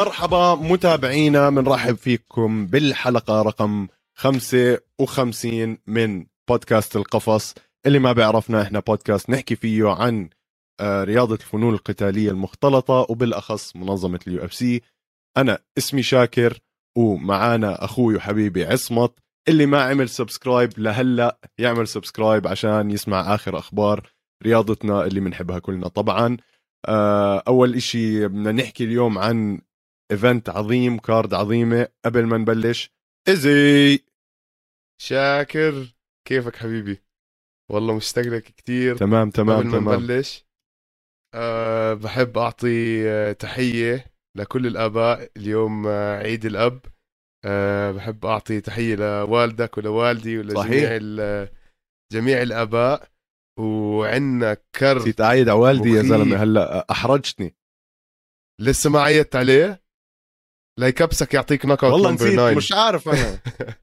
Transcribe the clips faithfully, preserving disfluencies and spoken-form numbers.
مرحبا متابعينا، منرحب فيكم بالحلقة رقم خمسة وخمسين من بودكاست القفص. اللي ما بيعرفنا، احنا بودكاست نحكي فيه عن رياضة الفنون القتالية المختلطة وبالأخص منظمة اليو اف سي. أنا اسمي شاكر ومعانا أخوي وحبيبي عصمت. اللي ما عمل سبسكرايب لهلأ يعمل سبسكرايب عشان يسمع آخر أخبار رياضتنا اللي منحبها كلنا طبعا. أول إشي بدنا نحكي اليوم عن إيفنت عظيم، كارد عظيمة. قبل ما نبلش، إزي شاكر كيفك حبيبي؟ والله مشتاق لك كتير. تمام تمام قبل ما تمام. نبلش أه بحب أعطي أه تحية لكل الآباء. اليوم أه عيد الأب. أه بحب أعطي تحية لوالدك ولوالدي ولجميع صحيح، جميع الآباء. وعندنا كرت نسيت أعيد على والدي يا زلمة، مخيف هلأ أحرجتني. لسه ما عيدت عليه. لا يكبسك، يعطيك نوك اوت والله نمبر نسيت، تسعة. مش عارف أنا.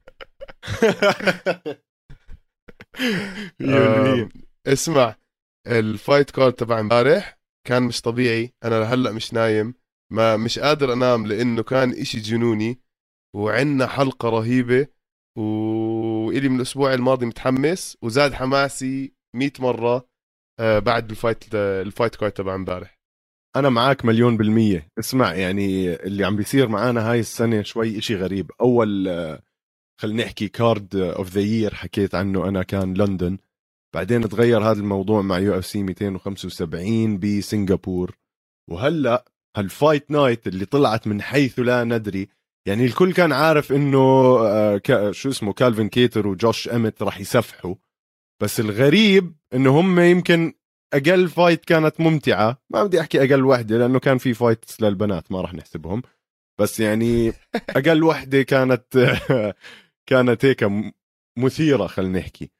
مية آه بالمية. اسمع، الفايت كارد تبع امبارح كان مش طبيعي. انا هلا مش نايم، ما مش قادر انام لانه كان اشي جنوني. وعنا حلقة رهيبة، وإلي من الاسبوع الماضي متحمس وزاد حماسي مية مرة آه بعد الفايت الفايت كارد تبع امبارح. أنا معاك مليون بالمية. اسمع، يعني اللي عم بيصير معانا هاي السنة شوي إشي غريب. أول خلينا نحكي كارد اوف ذا يير حكيت عنه أنا كان لندن، بعدين تغير هذا الموضوع مع يو اف سي مئتين وخمسة وسبعين بسنغافور، وهلا هالفايت نايت اللي طلعت من حيث لا ندري. يعني الكل كان عارف انه آه شو اسمه كالفين كيتر وجوش اميت راح يسفحوا، بس الغريب انه هم يمكن اقل فايت كانت ممتعة. ما بدي احكي اقل وحدة لانه كان في فايت للبنات ما راح نحسبهم، بس يعني اقل وحدة كانت كانت هيك مثيرة خلينا نحكي.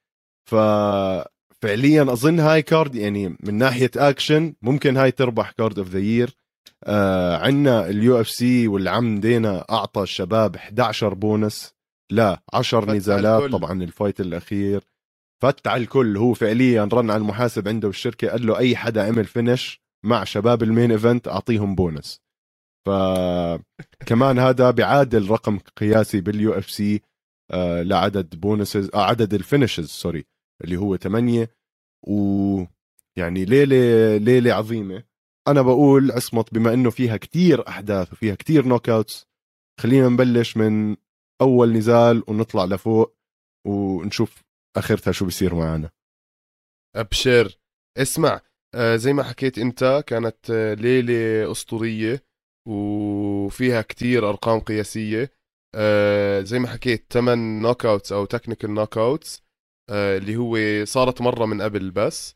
ففعليا اظن هاي كارد يعني من ناحيه اكشن ممكن هاي تربح كارد اوف ذا يير. آه عندنا اليو اف سي والعم دينا اعطى الشباب احد عشر بونس، لا عشر فتح على نزالات. الكل. طبعا الفايت الاخير فت على الكل. هو فعليا رن على المحاسب عنده بالشركه، قال له اي حدا عمل فينش مع شباب المين ايفنت اعطيهم بونس. ف كمان هذا بيعادل رقم قياسي باليو اف سي آه لعدد بونسز، آه عدد الفينشز سوري، اللي هو ثمانية. ويعني ليلة ليلة عظيمة. أنا بقول عصمت، بما إنه فيها كتير أحداث وفيها كتير نوكاوتس، خلينا نبلش من أول نزال ونطلع لفوق ونشوف آخرتها شو بيصير معنا. ابشر. اسمع، آه زي ما حكيت انت، كانت آه ليلة اسطورية وفيها كتير ارقام قياسية. آه زي ما حكيت ثمانية نوك اوتس او تكنيكال نوك اوتس، آه اللي هو صارت مرة من قبل بس.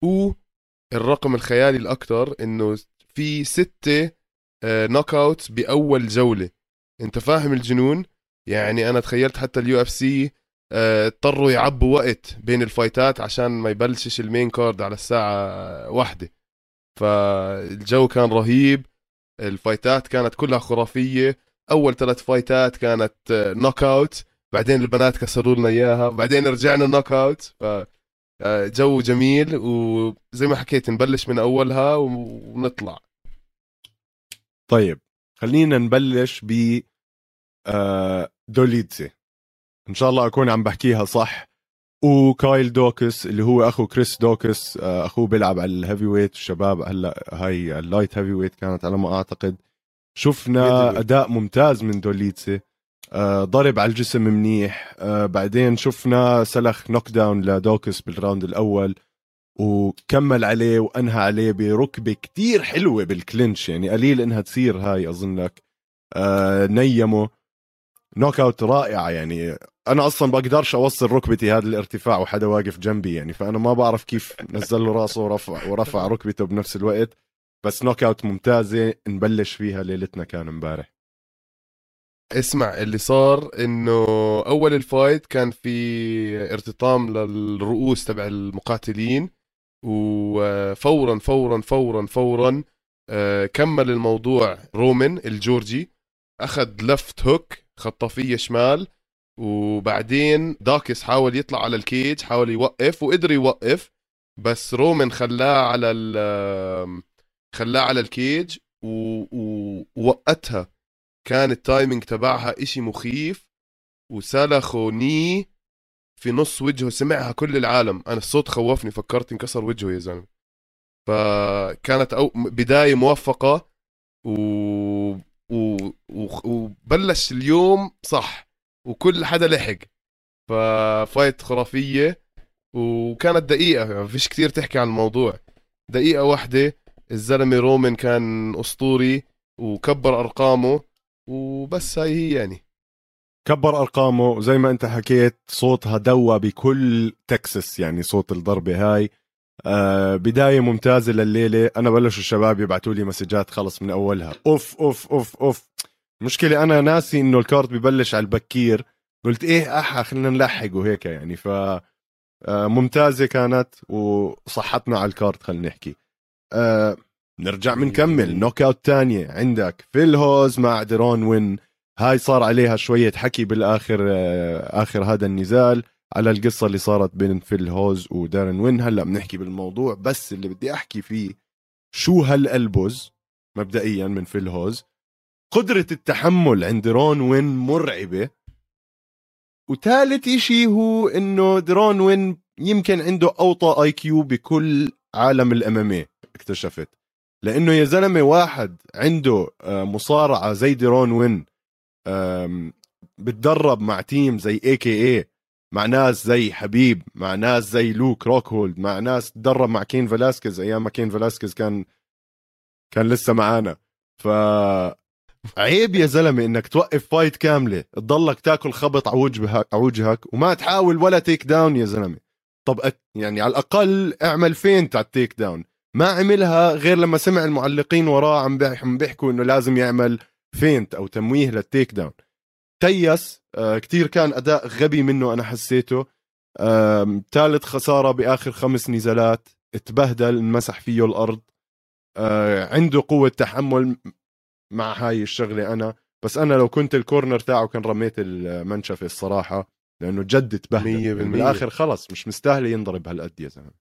والرقم الخيالي الاكثر انه في ستة آه نوك اوتس باول جولة. انت فاهم الجنون؟ يعني انا تخيلت حتى اليو اف سي آه، اضطروا يعبوا وقت بين الفايتات عشان ما يبلشش المين كارد على الساعة واحدة. فالجو كان رهيب، الفايتات كانت كلها خرافية. أول ثلاث فايتات كانت نوك أوت، بعدين البنات كسروا لنا إياها، بعدين رجعنا نوك أوت. فجو جميل، وزي ما حكيت نبلش من أولها ونطلع. طيب خلينا نبلش ب آه، دوليتسي، إن شاء الله أكون عم بحكيها صح. وكايل دوكس اللي هو اخو كريس دوكس، اخوه بيلعب على الهيفي ويت الشباب. هلا هاي اللايت هيفي ويت كانت على ما اعتقد. ميدل شفنا ويت. اداء ممتاز من دوليتسي، ضرب على الجسم منيح. بعدين شفنا سلخ نوك داون لدوكس بالراوند الاول، وكمل عليه وانهى عليه بركبه كتير حلوه بالكلينش. يعني قليل انها تصير هاي اظن لك. نيمه نوك اوت رائعه. يعني انا اصلا بقدرش اوصل ركبتي هذا الارتفاع وحدا واقف جنبي، يعني فانا ما بعرف كيف نزل له راسه ورفع ورفع ركبته بنفس الوقت. بس نوك اوت ممتازه نبلش فيها ليلتنا كان امبارح. اسمع اللي صار، انه اول الفايت كان في ارتطام للرؤوس تبع المقاتلين، وفورا فورا فورا فورا آه، كمل الموضوع رومان الجورجي، اخذ لفت هوك خطافية شمال. وبعدين داكس حاول يطلع على الكيج، حاول يوقف وقدر يوقف، بس رومان خلاه على ال خلاه على الكيج ووقتها كان التايمينج تبعها إشي مخيف، وسلخوا ني في نص وجهه، سمعها كل العالم. أنا الصوت خوفني، فكرت انكسر وجهه يا زلمة. فكانت أو بداية موفقة و... و... و... وبلش اليوم صح، وكل حدا لحق. ففايت خرافية، وكانت دقيقة، يعني فيش كتير تحكي عن الموضوع. دقيقة واحدة الزلمة رومان كان أسطوري وكبر أرقامه، وبس هاي هي يعني. كبر أرقامه زي ما أنت حكيت، صوتها دوى بكل تكساس، يعني صوت الضربة هاي. آه بداية ممتازة لليلة. أنا بلشوا الشباب يبعتوا لي مسجات خلص من أولها، أوف أوف أوف أوف. مشكلة أنا ناسي إنه الكارت ببلش على البكير، قلت إيه أحا خلينا نلحق وهيك يعني. ف آه ممتازة كانت وصحتنا على الكارت. خلينا نحكي آه نرجع بنكمل نوك اوت تانية. عندك فيل هوز مع ديرون وين. هاي صار عليها شوية حكي بالآخر، آه آخر هذا النزال، على القصة اللي صارت بين فيل هوز ودارن وين. هلأ بنحكي بالموضوع، بس اللي بدي أحكي فيه شو هالألبوز مبدئيا من فيل هوز. قدرة التحمل عند ديرون وين مرعبة. وثالث إشي هو إنه ديرون وين يمكن عنده أوطى آي كيو بكل عالم الأمامي، اكتشفت. لأنه يا زلمة واحد عنده مصارعة زي ديرون وين، بتدرب مع تيم زي اي كي اي، مع ناس زي حبيب، مع ناس زي لوك روكهولد، مع ناس تدرب مع كين فلاسكيز ايام ما كين فلاسكيز كان كان لسه معانا. ف عيب يا زلمه انك توقف فايت كامله تضلك تاكل خبط على وجهك على وجهك وما تحاول ولا تيك داون يا زلمه. طب يعني على الاقل اعمل فين على التيك داون. ما عملها غير لما سمع المعلقين وراه عم بيحكوا انه لازم يعمل فينت او تمويه للتيك داون. تيس آه كتير كان اداء غبي منه انا حسيته. آه ثالث خساره باخر خمس نزالات، اتبهدل، انمسح فيه الارض. آه عنده قوه تحمل مع هاي الشغله انا، بس انا لو كنت الكورنر تاعه كان رميت المنشفه الصراحه، لانه جد اتبهدل يعني بالاخر. خلص مش مستاهل ينضرب هالقد يا زلمه.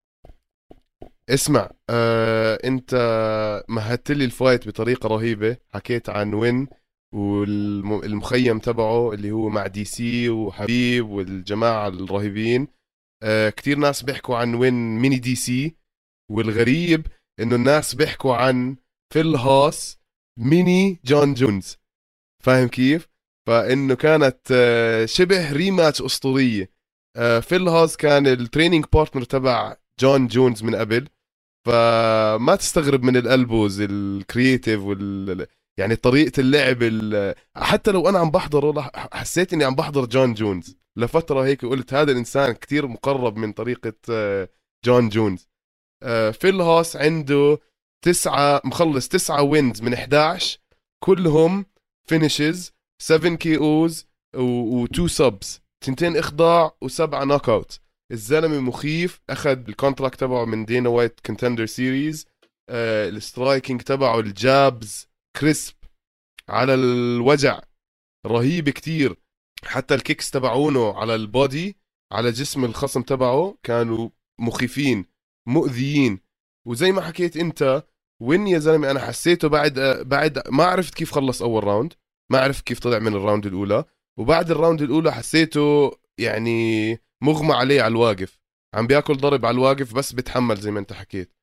اسمع آه، انت مهدت لي الفايت بطريقه رهيبه. حكيت عن وين والمخيم تبعه اللي هو مع دي سي وحبيب والجماعه الرهيبين. آه، كتير ناس بيحكوا عن وين ميني دي سي، والغريب انه الناس بيحكوا عن فيل هاس ميني جون جونز. فاهم كيف؟ فانه كانت آه، شبه ريماتش اسطوريه. آه، فيل هاس كان التريننج بارتنر تبع جون جونز من قبل، فما تستغرب من الالبوز الكرييتيف وال يعني طريقه اللعب ال... حتى لو انا عم بحضره حسيت اني عم بحضر جون جونز لفتره هيك، قلت هذا الانسان كتير مقرب من طريقه جون جونز. فيل هاس عنده تسعة مخلص تسعة وينز من إحدى عشر، كلهم فينيشز، سبعة كي اوز و2 سبس، تنتين اخضاع وسبعة نوك اوت. الزلمه مخيف. اخذ الكونتراكت تبعه من دينا وايت كونتندر سيريز. آه السترايكينج تبعه الجابز كريسب على الوجع رهيب كتير. حتى الكيكس تبعونه على البودي على جسم الخصم تبعه كانوا مخيفين مؤذيين. وزي ما حكيت انت وين يا زلمه، انا حسيته بعد بعد ما عرفت كيف خلص اول راوند، ما عرفت كيف طلع من الراوند الاولى، وبعد الراوند الاولى حسيته يعني مغمى عليه على الواقف، عم بياكل ضرب على الواقف بس بتحمل زي ما انت حكيت.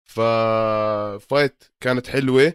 ففايت كانت حلوة.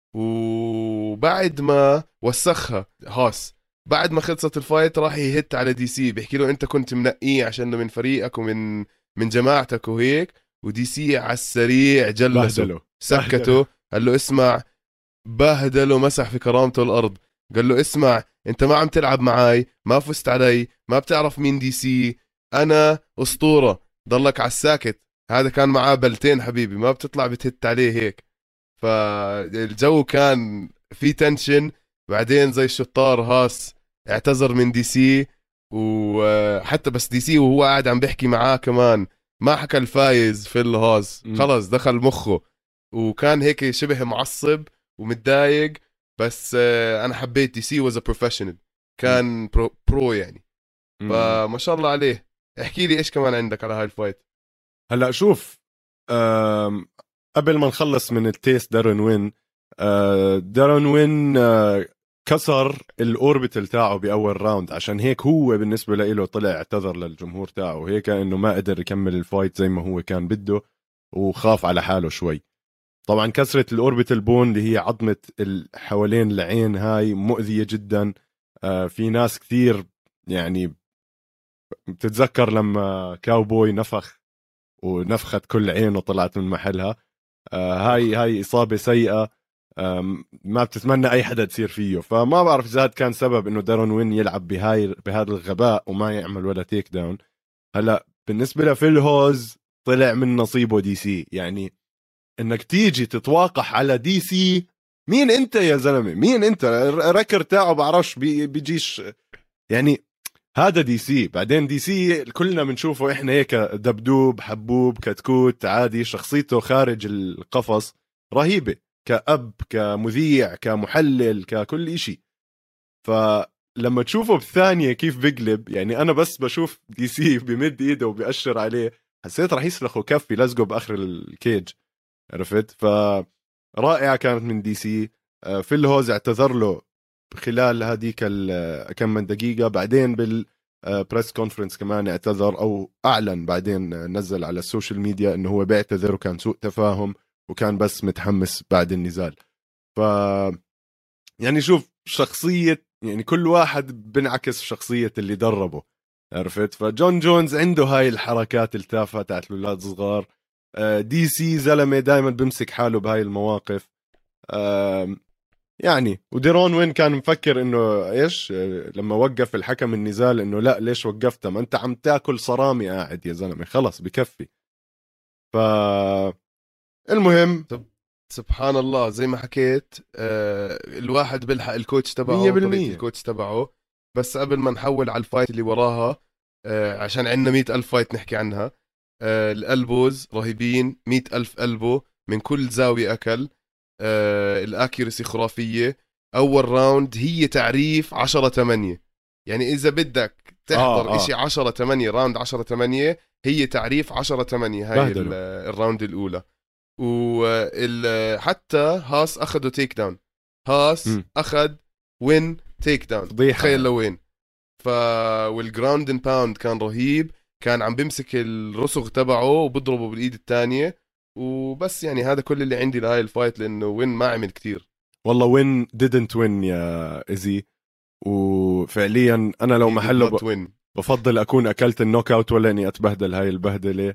وبعد ما وسخها هاس، بعد ما خلصت الفايت راح يهت على دي سي، بيحكي له انت كنت منقيه عشان من فريقك ومن من جماعتك وهيك. ودي سي على السريع جلسه سكته، قال له اسمع، بهدله مسح في كرامته الارض. قال له اسمع، انت ما عم تلعب معاي، ما فزت علي، ما بتعرف مين دي سي، انا اسطوره، ضلك على الساكت. هذا كان معاه بلتين حبيبي، ما بتطلع بتهت عليه هيك. فالجو كان في تنشن. بعدين زي الشطار هاس اعتذر من دي سي، وحتى بس دي سي وهو قاعد عم بيحكي معاه كمان ما حكى الفايز في الهاز، خلص دخل مخه وكان هيك شبه معصب ومتضايق. بس انا حبيت دي سي واز ا بروفيشنال، كان برو, برو يعني. فما شاء الله عليه. احكي لي ايش كمان عندك على هاي الفايت. هلا شوف، قبل ما نخلص من التيست دارن وين، آه دارون وين آه كسر الاوربيتال تاعه باول راوند، عشان هيك هو بالنسبه له طلع اعتذر للجمهور تاعه، هيك انه ما قدر يكمل الفايت زي ما هو كان بده وخاف على حاله شوي. طبعا كسرة الاوربيتال بون اللي هي عظمه حوالين العين هاي مؤذيه جدا. آه في ناس كثير يعني بتتذكر لما كاوبوي نفخ ونفخت كل عين وطلعت من محلها. آه هاي هاي إصابة سيئة، ما بتتمنى أي حدا تصير فيه. فما بعرف إذا هذا كان سبب إنه دارون وين يلعب بهاي بهذا الغباء وما يعمل ولا تيك داون. هلا بالنسبة لفيل هوز طلع من نصيبه دي سي، يعني إنك تيجي تتواقح على دي سي. مين أنت يا زلمة؟ مين أنت؟ الركر تاعه بعرفش بي بيجيش يعني. هذا دي سي. بعدين دي سي كلنا بنشوفه احنا هيك دبدوب حبوب كتكوت عادي، شخصيته خارج القفص رهيبة كأب كمذيع كمحلل ككل إشي. فلما تشوفه بثانية كيف بقلب، يعني أنا بس بشوف دي سي بمد إيده وبيأشر عليه حسيت رح يسلخه كفي لزقه بآخر الكيج، عرفت؟ فرائعة كانت من دي سي. فيل هوز اعتذر له خلال هذيك كم من دقيقة، بعدين بالبريس كونفرنس كمان اعتذر أو أعلن، بعدين نزل على السوشيال ميديا إنه هو بيعتذر وكان سوء تفاهم وكان بس متحمس بعد النزال. ف يعني شوف شخصية، يعني كل واحد بنعكس شخصية اللي دربه، عرفت؟ فجون جونز عنده هاي الحركات التافهة تاعت الأولاد الصغار. دي سي زلمة دايما بمسك حاله بهاي المواقف. يعني وديرون وين كان مفكر انه ايش لما وقف الحكم النزال انه لا ليش وقفته، ما انت عم تاكل صرامي قاعد يا زلمه، خلص بكفي. ف المهم سبحان الله زي ما حكيت، آه الواحد بيلحق الكوتش تبعه طريقة الكوتش تبعه. بس قبل ما نحول على الفايت اللي وراها، آه عشان عندنا مئة ألف فايت نحكي عنها. آه الألبوز رهيبين، مئة ألف ألبو من كل زاوية أكل. آه الأكيرسي خرافية. أول راوند هي تعريف عشرة ثمانية، يعني إذا بدك تحضر آه إشي آه. عشرة ثمانية، راوند عشرة ثمانية هي تعريف عشرة ثمانية هاي الراوند الأولى. وحتى هاس أخذوا تيك داون، هاس م. أخذ وين تيك داون، تخيل لوين. ف والجراوند اند باوند كان رهيب، كان عم بمسك الرسغ تبعه وبضربه بالايد الثانيه. وبس يعني هذا كل اللي عندي لهاي الفايت، لانه وين ما عمل كتير. والله وين didn't win يا إزي. وفعليا انا لو محله ب... بفضل اكون اكلت النوك اوت ولا اني اتبهدل هاي البهدله.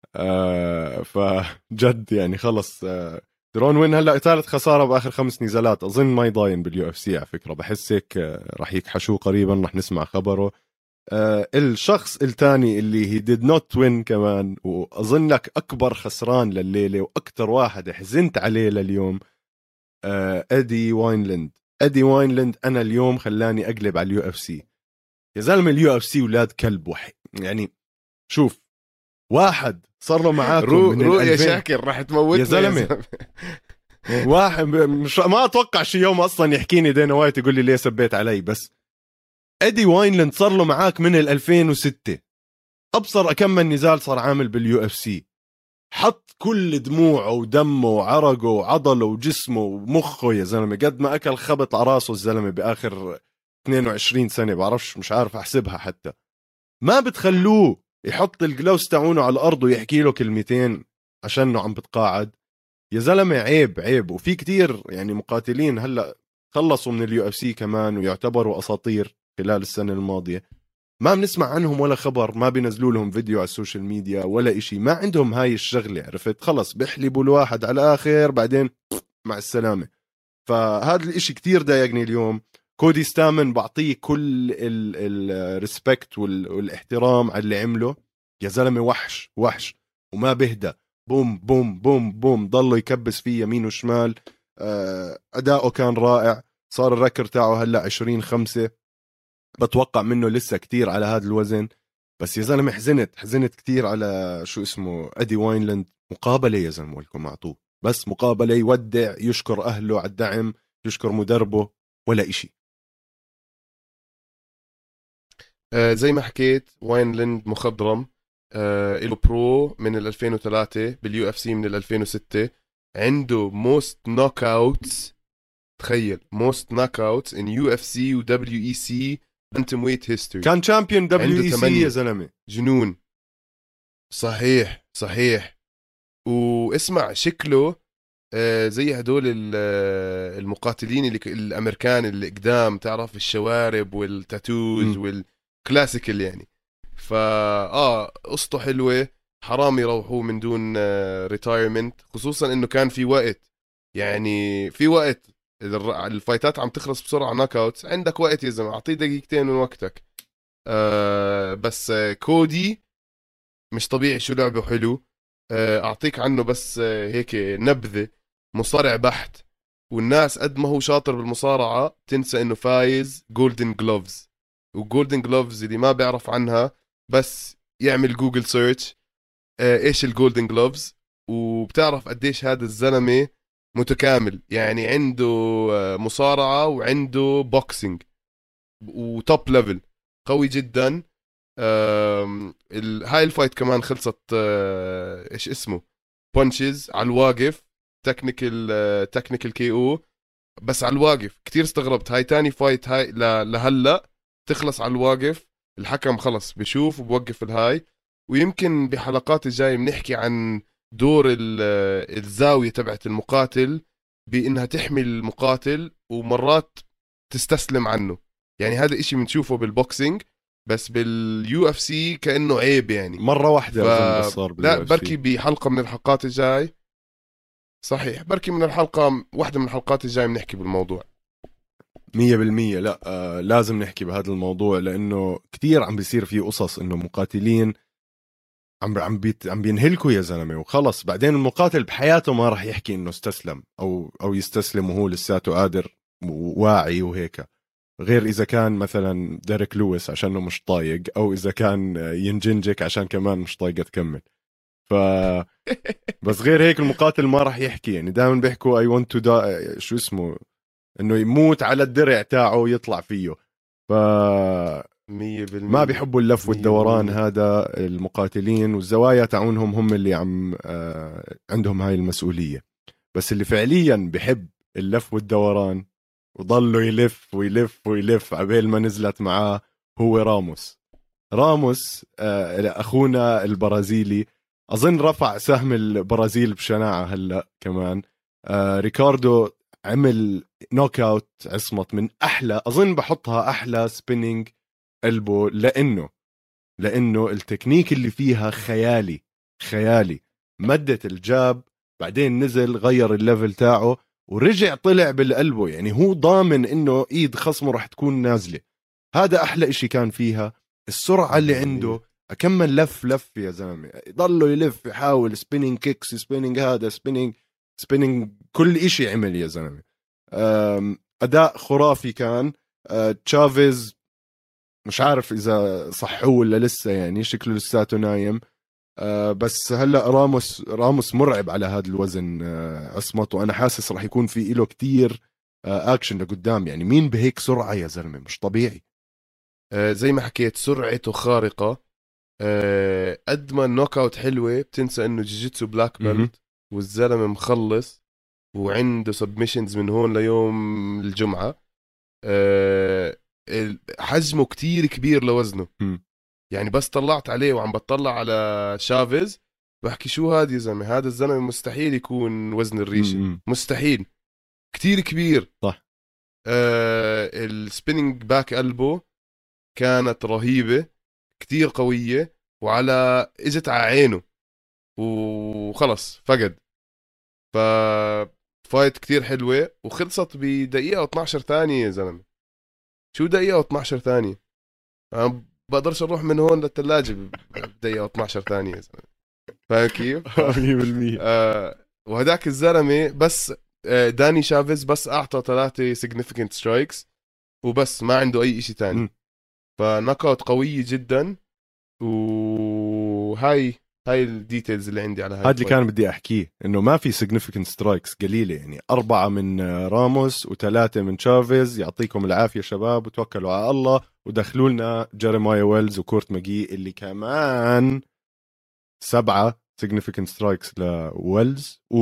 آه فجد يعني خلص. آه درون وين هلا ثالث خساره باخر خمس نزالات، اظن ما يضاين باليو اف سي على فكره، بحس هيك آه راح يكحشوه قريبا، راح نسمع خبره. آه الشخص الثاني اللي هي ديد نوت وين كمان، واظن لك اكبر خسران لليله واكثر واحد حزنت عليه لليوم، آه ادي واينلاند. ادي واينلاند انا اليوم خلاني اقلب على اليو اف سي. يا زلمه اليو اف سي ولاد كلب وحي. يعني شوف واحد صار له معاكم رو من رؤية شاكر راح تموتنا يا زلمه. واحد مش ما اتوقع شي يوم اصلا يحكيني دينا وايت يقول لي ليه سبيت علي. بس ادي واينلاند صار له معاك من ألفين وستة، ابصر كم من نزال صار عامل باليو اف سي، حط كل دموعه ودمه وعرقه وعضله وجسمه ومخه يا زلمه، قد ما اكل خبط على راسه الزلمه باخر اثنين وعشرين سنه، بعرفش مش عارف احسبها حتى. ما بتخلوه يحط الجلوس تاعونه على الارض ويحكي له كلمتين عشانه عم بتقاعد يا زلمه. عيب عيب. وفي كتير يعني مقاتلين هلا خلصوا من اليو اف سي كمان ويعتبروا اساطير خلال السنه الماضيه، ما بنسمع عنهم ولا خبر، ما بينزلوا لهم فيديو على السوشيال ميديا ولا إشي، ما عندهم هاي الشغله، عرفت؟ خلص بيحلبوا الواحد على الاخر بعدين مع السلامه. فهذا الإشي كتير ضايقني اليوم. كودي ستامن بعطيه كل الريسبكت والاحترام على اللي عمله، يا زلمه وحش وحش وما بهدى. بوم بوم بوم بوم ضله يكبس فيه يمين وشمال. أداؤه كان رائع. صار الركر تاعه هلا عشرين خمسة، بتوقع منه لسه كتير على هذا الوزن. بس يا زلمه حزنت حزنت كتير على شو اسمه ادي واينلاند. مقابله يا زلمه ولكم اعطوه بس مقابله، يودع يشكر اهله على الدعم، يشكر مدربه ولا إشي. آه زي ما حكيت واينلاند مخضرم. آه له برو من ألفين وثلاثة، باليو اف سي من ألفين وستة. عنده most knockouts. تخيل most knockouts in يو إف سي و دبليو إي سي bantamweight history. كان champion دبليو عنده إي سي تمانية. يا زلمة. جنون. صحيح صحيح. واسمع شكله آه زي هدول المقاتلين اللي الامريكان اللي قدام، تعرف الشوارب والتاتوز م. والكلاسيكال يعني. فا اه قصته حلوه، حرام يروحوه من دون ريتايرمنت، خصوصا انه كان في وقت، يعني في وقت اذا الفايتات عم تخلص بسرعه ناك اوت، عندك وقت يا زلمه، اعطيه دقيقتين من وقتك. آه بس آه كودي مش طبيعي، شو لعبه حلو. آه اعطيك عنه بس آه هيك نبذه. مصارع بحت، والناس قد ما هو شاطر بالمصارعه تنسى انه فايز جولدن جلوفز. وجولدن جلوفز اللي ما بيعرف عنها بس يعمل جوجل سيرش آه ايش الجولدن جلوفز، وبتعرف قديش هذا الزلمه متكامل. يعني عنده آه مصارعه وعنده بوكسينج وتوب ليفل، قوي جدا. هاي الفايت كمان خلصت آه ايش اسمه بونشز على الواقف، تكنيكال تكنيكال كي او، بس على الواقف. كتير استغربت، هاي تاني فايت هاي لهلا تخلص على الواقف. الحكم خلص بشوف وبوقف الهاي. ويمكن بحلقات الجاي بنحكي عن دور الزاوية تبعت المقاتل بإنها تحمي المقاتل ومرات تستسلم عنه. يعني هذا إشي بنشوفه بالبوكسينج، بس باليو اف سي كأنه عيب يعني. مرة واحدة ف... أظن بس صار لا باليو إف بركي سي. بحلقة من الحلقات الجاي. صحيح، بركي من الحلقة واحدة من الحلقات الجاي بنحكي بالموضوع. مية بالمية. لا آه لازم نحكي بهذا الموضوع، لأنه كتير عم بيصير فيه قصص إنه مقاتلين عم عم بيت عم بينهلكوا يا زلمة، وخلص بعدين المقاتل بحياته ما راح يحكي إنه استسلم أو أو يستسلم وهو لساته قادر وواعي وهيك، غير إذا كان مثلا ديريك لويس عشانه مش طايق، أو إذا كان ينجنجك عشان كمان مش طايقة تكمل. ف بس غير هيك المقاتل ما راح يحكي. يعني دائما بيحكوا اي ونت تو دا، شو اسمه، انه يموت على الدرع تاعه ويطلع فيه. ف مية بالمية ما بيحبوا اللف والدوران مية بالمية. هذا المقاتلين، والزوايا تاعونهم هم اللي عم آه عندهم هاي المسؤولية. بس اللي فعليا بحب اللف والدوران وضلوا يلف ويلف ويلف عبال ما نزلت معاه هو راموس. راموس آه أخونا البرازيلي، أظن رفع سهم البرازيل بشناعة هلأ كمان. آه ريكاردو عمل نوك اوت عصمت من أحلى، أظن بحطها أحلى سبينينج قلبه، لأنه لأنه التكنيك اللي فيها خيالي خيالي. مدت الجاب بعدين نزل غير الليفل تاعه ورجع طلع بالقلبه، يعني هو ضامن انه ايد خصمه راح تكون نازلة. هذا احلى اشي كان فيها، السرعة اللي عنده. اكمل لف لف يا زلمة، يضله يلف يحاول سبينينج كيكس، سبينينج هذا سبينينج سبينينج كل اشي عمل يا زلمة. اداء خرافي كان. تشافيز مش عارف اذا صحوه ولا لسه، يعني شكله لساته نايم. آه بس هلا راموس راموس مرعب على هذا الوزن آه عصمته، وانا حاسس راح يكون في له كتير آه اكشن لقدام. يعني مين بهيك سرعه يا زلمه، مش طبيعي. آه زي ما حكيت سرعته خارقه. آه قد ما النوك اوت حلوه بتنسى انه جيجيتسو بلاك بيلت، والزلمه مخلص وعنده سبمشنز من هون ليوم الجمعه. آه حجمه كتير كبير لوزنه. م. يعني بس طلعت عليه وعم بطلع على شافيز بحكي شو هذا يا زلمه، هذا الزلمه مستحيل يكون وزن الريشه. م- م. مستحيل، كتير كبير. صح. آه السبيننج باك قلبه كانت رهيبه، كتير قويه، وعلى اجت على عينه وخلص فقد. ف فايت كتير حلوه وخلصت بدقيقه و12 ثانيه يا زلمه. شو دقيقه و12 ثانيه؟ أنا بقدرش اروح من هون للثلاجه بدقيقه و12 ثانيه يا زلمه. فاهم كيف؟ مية بالمية. آه وهداك الزلمه بس آه داني شافيز بس اعطى ثلاثه significant strikes وبس، ما عنده اي شيء تاني. م. فنكاوت قويه جدا. وهاي هاي الديتيلز اللي عندي على هاي هذا اللي الفايت. كان بدي احكيه، انه ما في significant strikes قليله، يعني اربعه من راموس وثلاثه من شافيز. يعطيكم العافيه شباب وتوكلوا على الله، ودخلوا لنا جيريمايا ويلز وكورت ماجي اللي كمان سبعه significant strikes لويلز،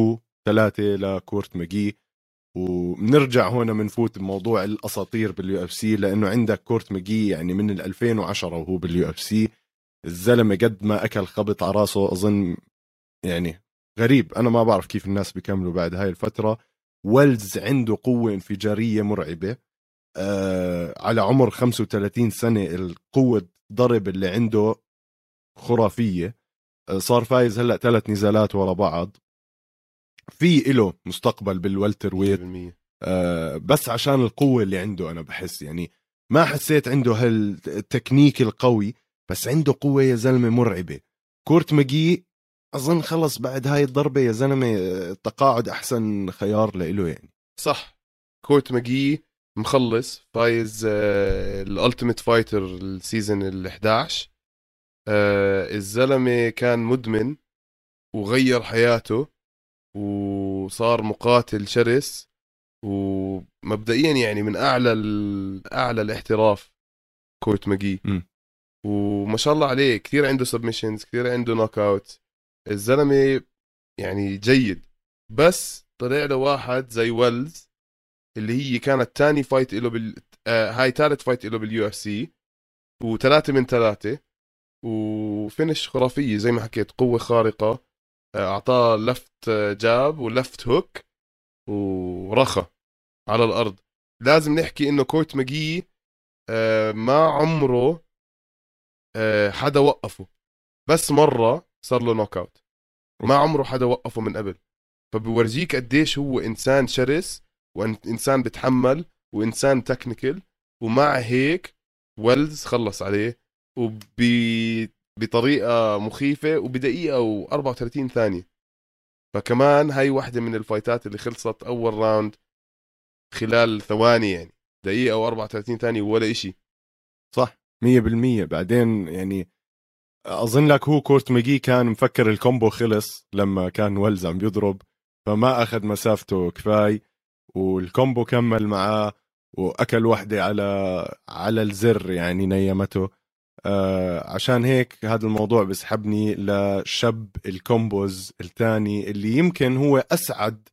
ثلاثة لكورت ماجي. وبنرجع هنا بنفوت بموضوع الأساطير باليو اف سي، لأنه عندك كورت ماجي يعني من ال ألفين وعشرة وهو باليو اف سي. الزلمة قد ما أكل خبط على راسه أظن، يعني غريب. أنا ما بعرف كيف الناس بيكملوا بعد هاي الفترة. ويلز عنده قوة انفجارية مرعبة. آه على عمر خمسة وثلاثين سنة القوة ضرب اللي عنده خرافية. آه صار فايز هلأ ثلاث نزالات ورا بعض. في إله مستقبل بالولتر ويت. آه بس عشان القوة اللي عنده، أنا بحس يعني ما حسيت عنده هالتكنيك القوي، بس عنده قوة يا زلمة مرعبة. كورت ماجي أظن خلص بعد هاي الضربة يا زلمة التقاعد أحسن خيار لإله يعني. صح، كورت ماجي مخلص فايز آه الالتيميت فايتر السيزون ال إحدى عشر. آه الزلمة كان مدمن وغير حياته وصار مقاتل شرس، ومبدئيا يعني من اعلى اعلى الاحتراف كورت ماجي. م. وما شاء الله عليه كثير عنده سبمشنز، كثير عنده نوك اوت. الزلمه يعني جيد، بس طلع له واحد زي ويلز اللي هي كانت تاني فايت له بال آه هاي ثالث فايت له باليو اف سي، وثلاثه من ثلاثه، وفينش خرافيه زي ما حكيت، قوه خارقه. اعطاه لفت جاب ولفت هوك ورخى على الارض. لازم نحكي انه كورت ماجي ما عمره حدا وقفه، بس مره صار له نوك اوت، ما عمره حدا وقفه من قبل. فبورجيك قديش هو انسان شرس وانسان بتحمل وانسان تكنيكال. ومع هيك ويلز خلص عليه وبطريقه مخيفه وبدقيقه وأربعة وثلاثين ثانيه. فكمان هاي واحدة من الفايتات اللي خلصت أول راوند خلال ثواني، يعني دقيقة أو أربعة وثلاثين ثانية ولا إشي. صح مية بالمية. بعدين يعني أظن لك هو كورت ماجي كان مفكر الكومبو خلص لما كان ويلز عم بيضرب، فما أخذ مسافته كفاي والكومبو كمل معاه وأكل واحدة على على الزر يعني نيمته. آه عشان هيك هذا الموضوع بسحبني لشب الكومبوز الثاني اللي يمكن هو أسعد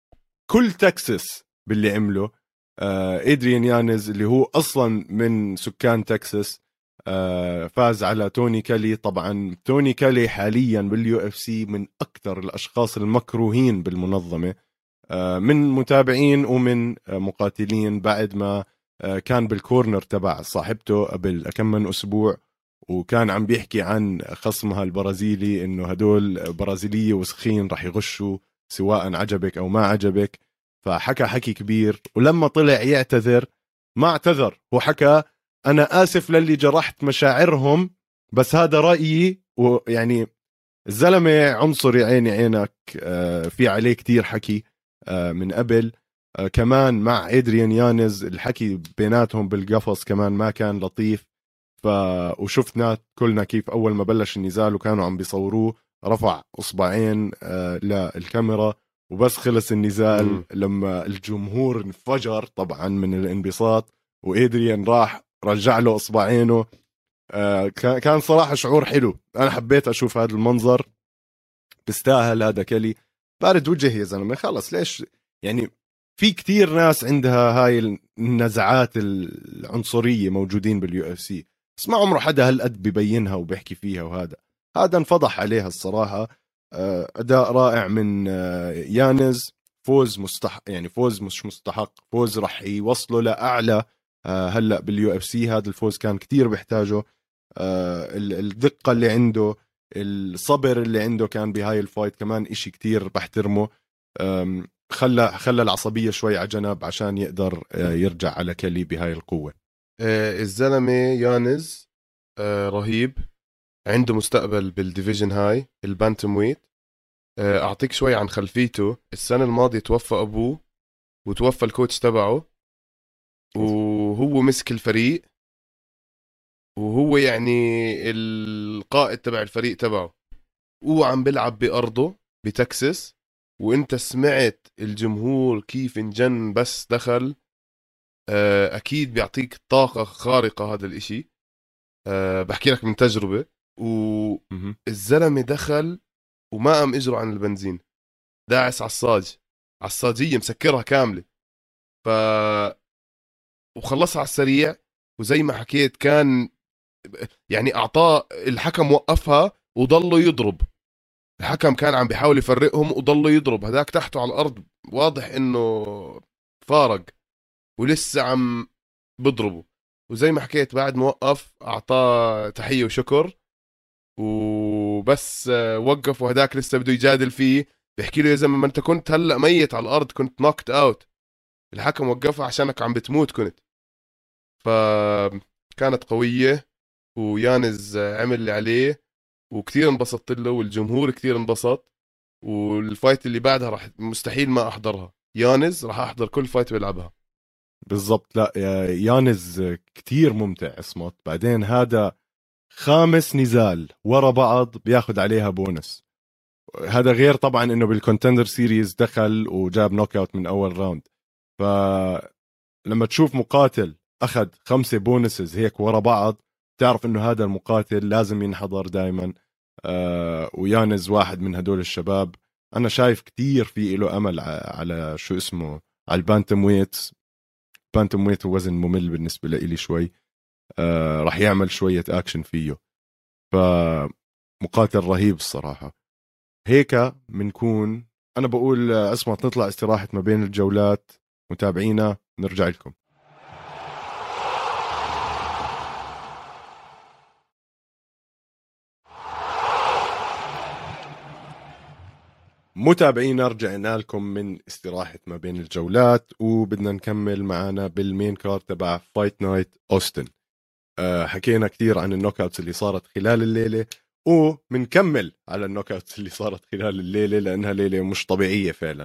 كل تكساس باللي عمله. آه إدريان يانز اللي هو أصلا من سكان تكساس، آه فاز على توني كالي. طبعا توني كالي حاليا باليو اف سي من أكثر الأشخاص المكروهين بالمنظمة، آه من متابعين ومن آه مقاتلين، بعد ما آه كان بالكورنر تبع صاحبته قبل كم من أسبوع، وكان عم بيحكي عن خصمها البرازيلي إنه هدول برازيلية وسخين رح يغشوا سواء عجبك أو ما عجبك. فحكى حكي كبير، ولما طلع يعتذر ما اعتذر، هو حكى أنا آسف للي جرحت مشاعرهم بس هذا رأيي. ويعني الزلمة عنصري عيني عينك. في عليه كتير حكي من قبل. كمان مع إدريان يانز الحكي بيناتهم بالقفص كمان ما كان لطيف. ف وشفنا كلنا كيف أول ما بلش النزال وكانوا عم بيصوروه رفع أصبعين للكاميرا، وبس خلص النزال م. لما الجمهور انفجر طبعا من الانبساط وإدريان راح رجع له أصبعينه. آه كان صراحة شعور حلو، أنا حبيت أشوف هذا المنظر. بيستاهل هذا كلي بارد وجه يا زلمة. خلص ليش يعني في كتير ناس عندها هاي النزعات العنصرية موجودين باليو اف سي، بس ما عمره حدا هالقد ببينها وبيحكي فيها. وهذا هذا انفضح عليها الصراحة. أداء رائع من يانز. فوز مستحق، يعني فوز مش مستحق، فوز رح يوصله لأعلى هلأ باليو اف سي. هذا الفوز كان كتير بيحتاجه. الدقة اللي عنده، الصبر اللي عنده كان بهاي الفايت كمان إشي كتير بحترمه. خلى خلى العصبية شوي على جنب عشان يقدر يرجع على كلي بهاي القوة. الزلمة يانز رهيب، عنده مستقبل بالديفيجن هاي البانتم ويت. أعطيك شوي عن خلفيته. السنة الماضية توفى أبوه وتوفى الكوتش تبعه، وهو مسك الفريق، وهو يعني القائد تبع الفريق تبعه، وعم بلعب بأرضه بتكساس. وانت سمعت الجمهور كيف انجن بس دخل. أكيد بيعطيك طاقة خارقة هذا الاشي. بحكي لك من تجربة. والزلمة دخل وما قام اجره عن البنزين، داعس عصاج عصاجيه مسكرها كامله. ف وخلصها على السريع. وزي ما حكيت كان يعني اعطاه الحكم وقفها وضله يضرب. الحكم كان عم بيحاول يفرقهم وضله يضرب هذاك تحته على الارض، واضح انه فارق ولسه عم بضربه. وزي ما حكيت بعد ما وقف اعطاه تحيه وشكر وبس وقف، وهداك لسه بده يجادل فيه. بيحكي له يا زلمه ما انت كنت هلا ميت على الارض، كنت نوكت اوت، الحكم وقفها عشانك عم بتموت كنت. فكانت قويه ويانز عمل اللي عليه وكثير انبسطت له والجمهور كثير انبسط. والفايت اللي بعدها راح مستحيل ما احضرها، يانز راح احضر كل فايت بيلعبها. بالضبط. لا يا يانز كتير ممتع اسمط. بعدين هذا خامس نزال ورا بعض بياخد عليها بونس. هذا غير طبعا انه بالكونتندر سيريز دخل وجاب نوك اوت من اول راوند. فلما تشوف مقاتل اخذ خمسة بونسز هيك ورا بعض تعرف انه هذا المقاتل لازم ينحضر دائما. آه ويانز واحد من هدول الشباب. انا شايف كتير في له امل على شو اسمه على البانتم ويتس. بانتم ويت وزن ممل بالنسبه لي شوي. آه راح يعمل شويه اكشن فيه. فمقاتل رهيب الصراحه. هيك منكون انا بقول اسمع نطلع استراحه ما بين الجولات. متابعينا نرجع لكم. متابعينا رجعنا لكم من استراحة ما بين الجولات وبدنا نكمل معنا بالمين كارد تبع فايت نايت أوستن. أه حكينا كثير عن النوك اوتس اللي صارت خلال الليلة ومنكمل على النوك اوتس اللي صارت خلال الليلة لأنها ليلة مش طبيعية فعلا.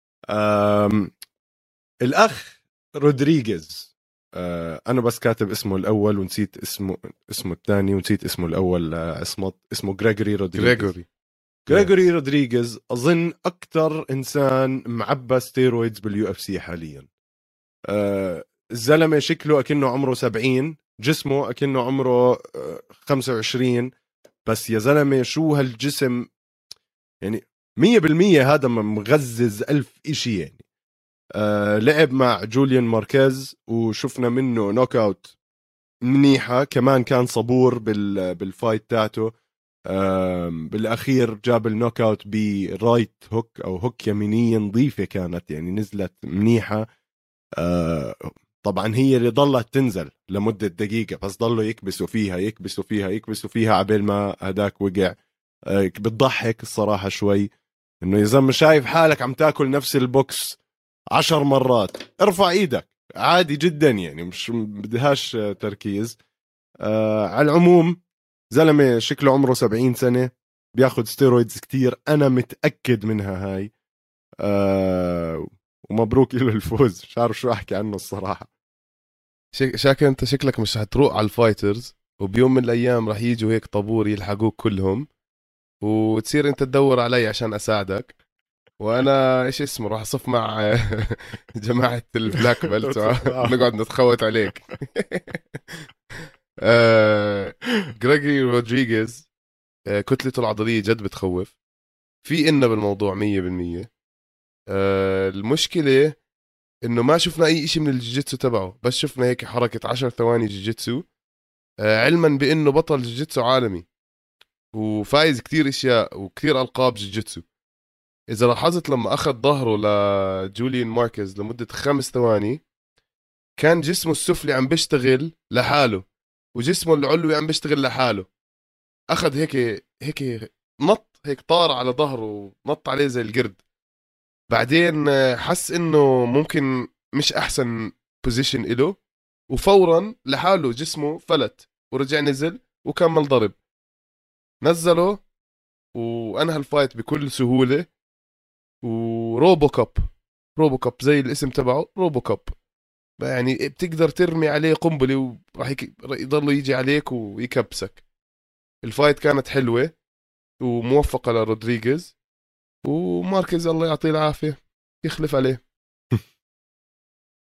الأخ رودريغيز أه أنا بس كاتب اسمه الأول ونسيت اسمه اسمه الثاني ونسيت اسمه الأول. عصمت اسمه غريغوري رودريغيز. غريغوري غريغوري رودريغيز أظن أكتر إنسان معبى ستيرويدز باليو اف سي حاليا. أه الزلمة شكله أكنه عمره سبعين، جسمه أكنه عمره خمسة وعشرين، بس يا زلمة شو هالجسم يعني. مية بالمية هذا مغزز ألف إشي يعني. أه لعب مع جوليان ماركيز وشفنا منه نوك اوت منيحة. كمان كان صبور بال بالفايت تاعته. بالاخير جاب النوك اوت برايت هوك او هوك يمينيه نظيفه كانت يعني نزلت منيحه. أه طبعا هي اللي ضلت تنزل لمده دقيقه بس ضلوا يكبسوا فيها يكبسوا فيها يكبسوا فيها عبال ما هداك وقع. أه بتضحك الصراحه شوي انه اذا مش شايف حالك عم تاكل نفس البوكس عشر مرات ارفع ايدك عادي جدا يعني مش بدهاش تركيز. أه على العموم زلمة شكله عمره سبعين سنة بياخد ستيرويدز كتير أنا متأكد منها هاي. أه ومبروك له الفوز. مش عارف شو أحكي عنه الصراحة. شك... شاكر انت شكلك مش هتروق على الفايترز، وبيوم من الايام راح يجوا هيك طابور يلحقوك كلهم وتصير انت تدور علي عشان اساعدك، وانا ايش اسمه راح اصف مع جماعه البلاك بيلت ونقعد نتخوت عليك. غريغوري رودريغيز كتلته العضليه جد بتخوف. في إنا بالموضوع مية بالمية. المشكله انه ما شفنا اي شيء من الجيجيتسو تبعه، بس شفنا هيك حركه عشر ثواني جيجيتسو، علما بانه بطل جيجيتسو عالمي وفايز كتير اشياء وكتير القاب جيجيتسو. اذا لاحظت لما اخذ ظهره لجوليان ماركيز لمده خمس ثواني كان جسمه السفلي عم بيشتغل لحاله وجسمه العلوي عم بيشتغل لحاله. اخذ هيك هيك نط هيك طار على ظهره ونط عليه زي القرد. بعدين حس انه ممكن مش احسن بوزيشن إله وفورا لحاله جسمه فلت ورجع نزل وكمل ضرب. نزله وانهى الفايت بكل سهولة. وروبو كاب روبو كاب زي الاسم تبعه روبو كاب، يعني بتقدر ترمي عليه قنبلة وراح يضل يجي عليك ويكبسك. الفايت كانت حلوة وموفقة لرودريغيز، وماركيز الله يعطيه العافية يخلف عليه.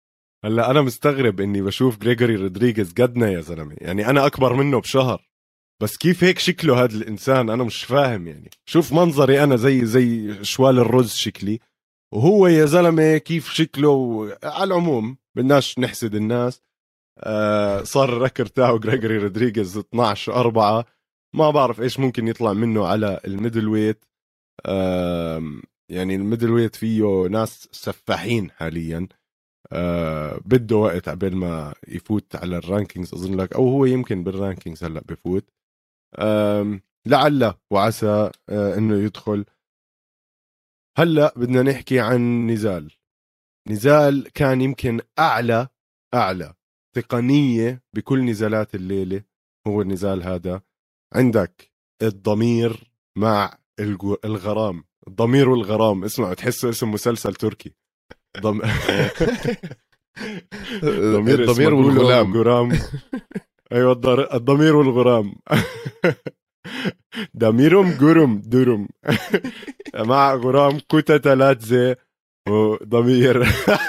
هلا انا مستغرب اني بشوف غريغوري رودريغيز قدنا يا زلمه، يعني انا اكبر منه بشهر بس كيف هيك شكله هذا الانسان انا مش فاهم يعني. شوف منظري انا زي زي شوال الرز شكلي، وهو يا زلمه كيف شكله. على العموم بدناش نحسد الناس. آه صار الركر تاعه غريغوري رودريغيز اثناشر أربعة. ما بعرف ايش ممكن يطلع منه على الميدل ويت. آه يعني الميدل ويت فيه ناس سفاحين حاليا. آه بده وقت عبال ما يفوت على الرانكينجز اظن لك، او هو يمكن بالرانكينجز هلا بفوت. آه لعل وعسى آه انه يدخل. هلا بدنا نحكي عن نزال. نزال كان يمكن اعلى اعلى تقنيه بكل نزالات الليله. هو النزال هذا. عندك الضمير مع الجو- الغرام. الضمير والغرام، اسمع تحسه اسم مسلسل تركي. ضم... ضمير اسمه الضمير والغلام. غرام. ايوه الضر- الضمير والغرام. ضميرهم جرم درم. مع غرام كوتا تلاتزي وضمير.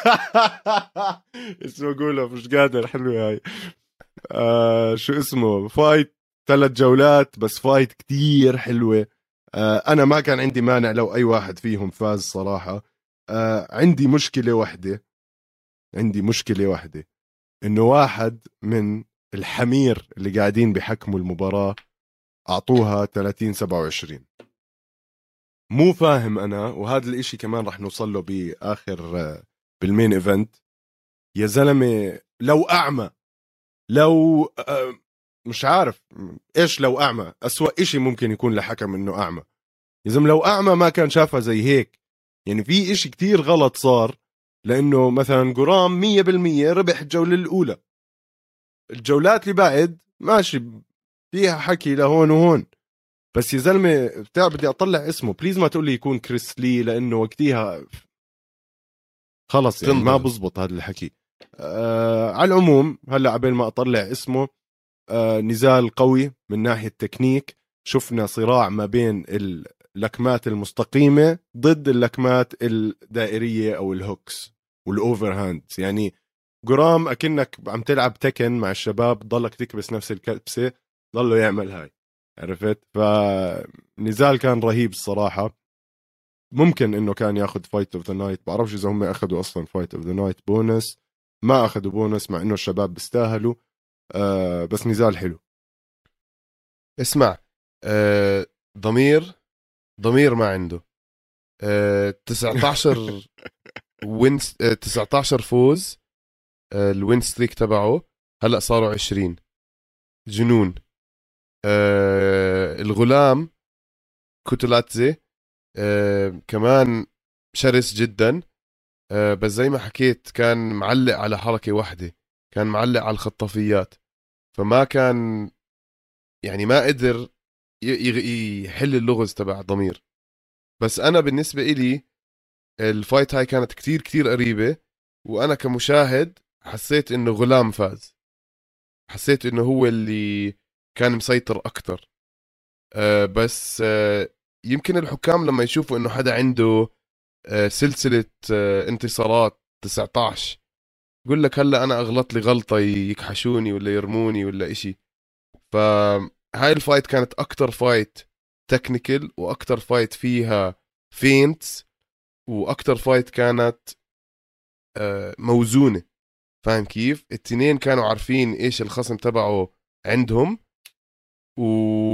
اسمه قوله مش قادر. حلوة هاي. آه شو اسمه فايت ثلاث جولات بس فايت كتير حلوة. آه أنا ما كان عندي مانع لو أي واحد فيهم فاز صراحة. آه عندي مشكلة واحدة. عندي مشكلة واحدة إنه واحد من الحمير اللي قاعدين بحكموا المباراة أعطوها ثلاثين سبعة وعشرين. مو فاهم أنا، وهذا الإشي كمان رح نوصل له بآخر آه بالمين إيفنت. يا زلمة لو أعمى، لو آه مش عارف إيش، لو أعمى أسوأ إشي ممكن يكون لحكم إنه أعمى. يا زلمة لو أعمى ما كان شافها زي هيك. يعني في إشي كتير غلط صار. لأنه مثلا قرام مية بالمية ربح الجولة الأولى. الجولات اللي بعد ماشي فيها حكي لهون وهون. بس يا زلمة بتاع بدي أطلع اسمه بليز ما تقول لي يكون كريس لي، لأنه وقتها خلص يعني ما بزبط هذا الحكي. آه على العموم هلا عبين ما أطلع اسمه. آه نزال قوي من ناحية تكنيك. شفنا صراع ما بين اللكمات المستقيمة ضد اللكمات الدائرية أو الهوكس والأوفر هاندز. يعني قرام أكنك عم تلعب تكن مع الشباب، ضلك تكبس نفس الكبسة ضله يعمل هاي. عرفت؟ فنزال كان رهيب الصراحة. ممكن انه كان ياخذ فايت اوف ذا نايت. بعرفش اذا هم اخذوا اصلا فايت اوف ذا نايت بونس. ما اخذوا بونس مع انه الشباب بيستاهلوا. آه بس نزال حلو. اسمع، آه ضمير ضمير ما عنده. آه تسعتاشر وينس آه تسعتاشر فوز. آه الوين ستريك تبعه هلا صاروا عشرين. جنون. آه الغلام كوتولاتزي آه كمان شرس جدا. آه بس زي ما حكيت كان معلق على حركة واحدة، كان معلق على الخطافيات، فما كان يعني ما قدر يحل اللغز تبع ضمير. بس أنا بالنسبة إلي الفايت هاي كانت كتير كتير قريبة، وأنا كمشاهد حسيت إنه غلام فاز. حسيت إنه هو اللي كان مسيطر أكتر. أه بس أه يمكن الحكام لما يشوفوا إنه حدا عنده أه سلسلة أه انتصارات تسعتاشر، يقول لك هلا أنا أغلط لي غلطة يكحشوني ولا يرموني ولا إشي. فهاي الفايت كانت أكتر فايت تكنيكال، وأكتر فايت فيها فينتس، وأكتر فايت كانت أه موزونة. فاهم كيف؟ التنين كانوا عارفين إيش الخصم تبعه عندهم. و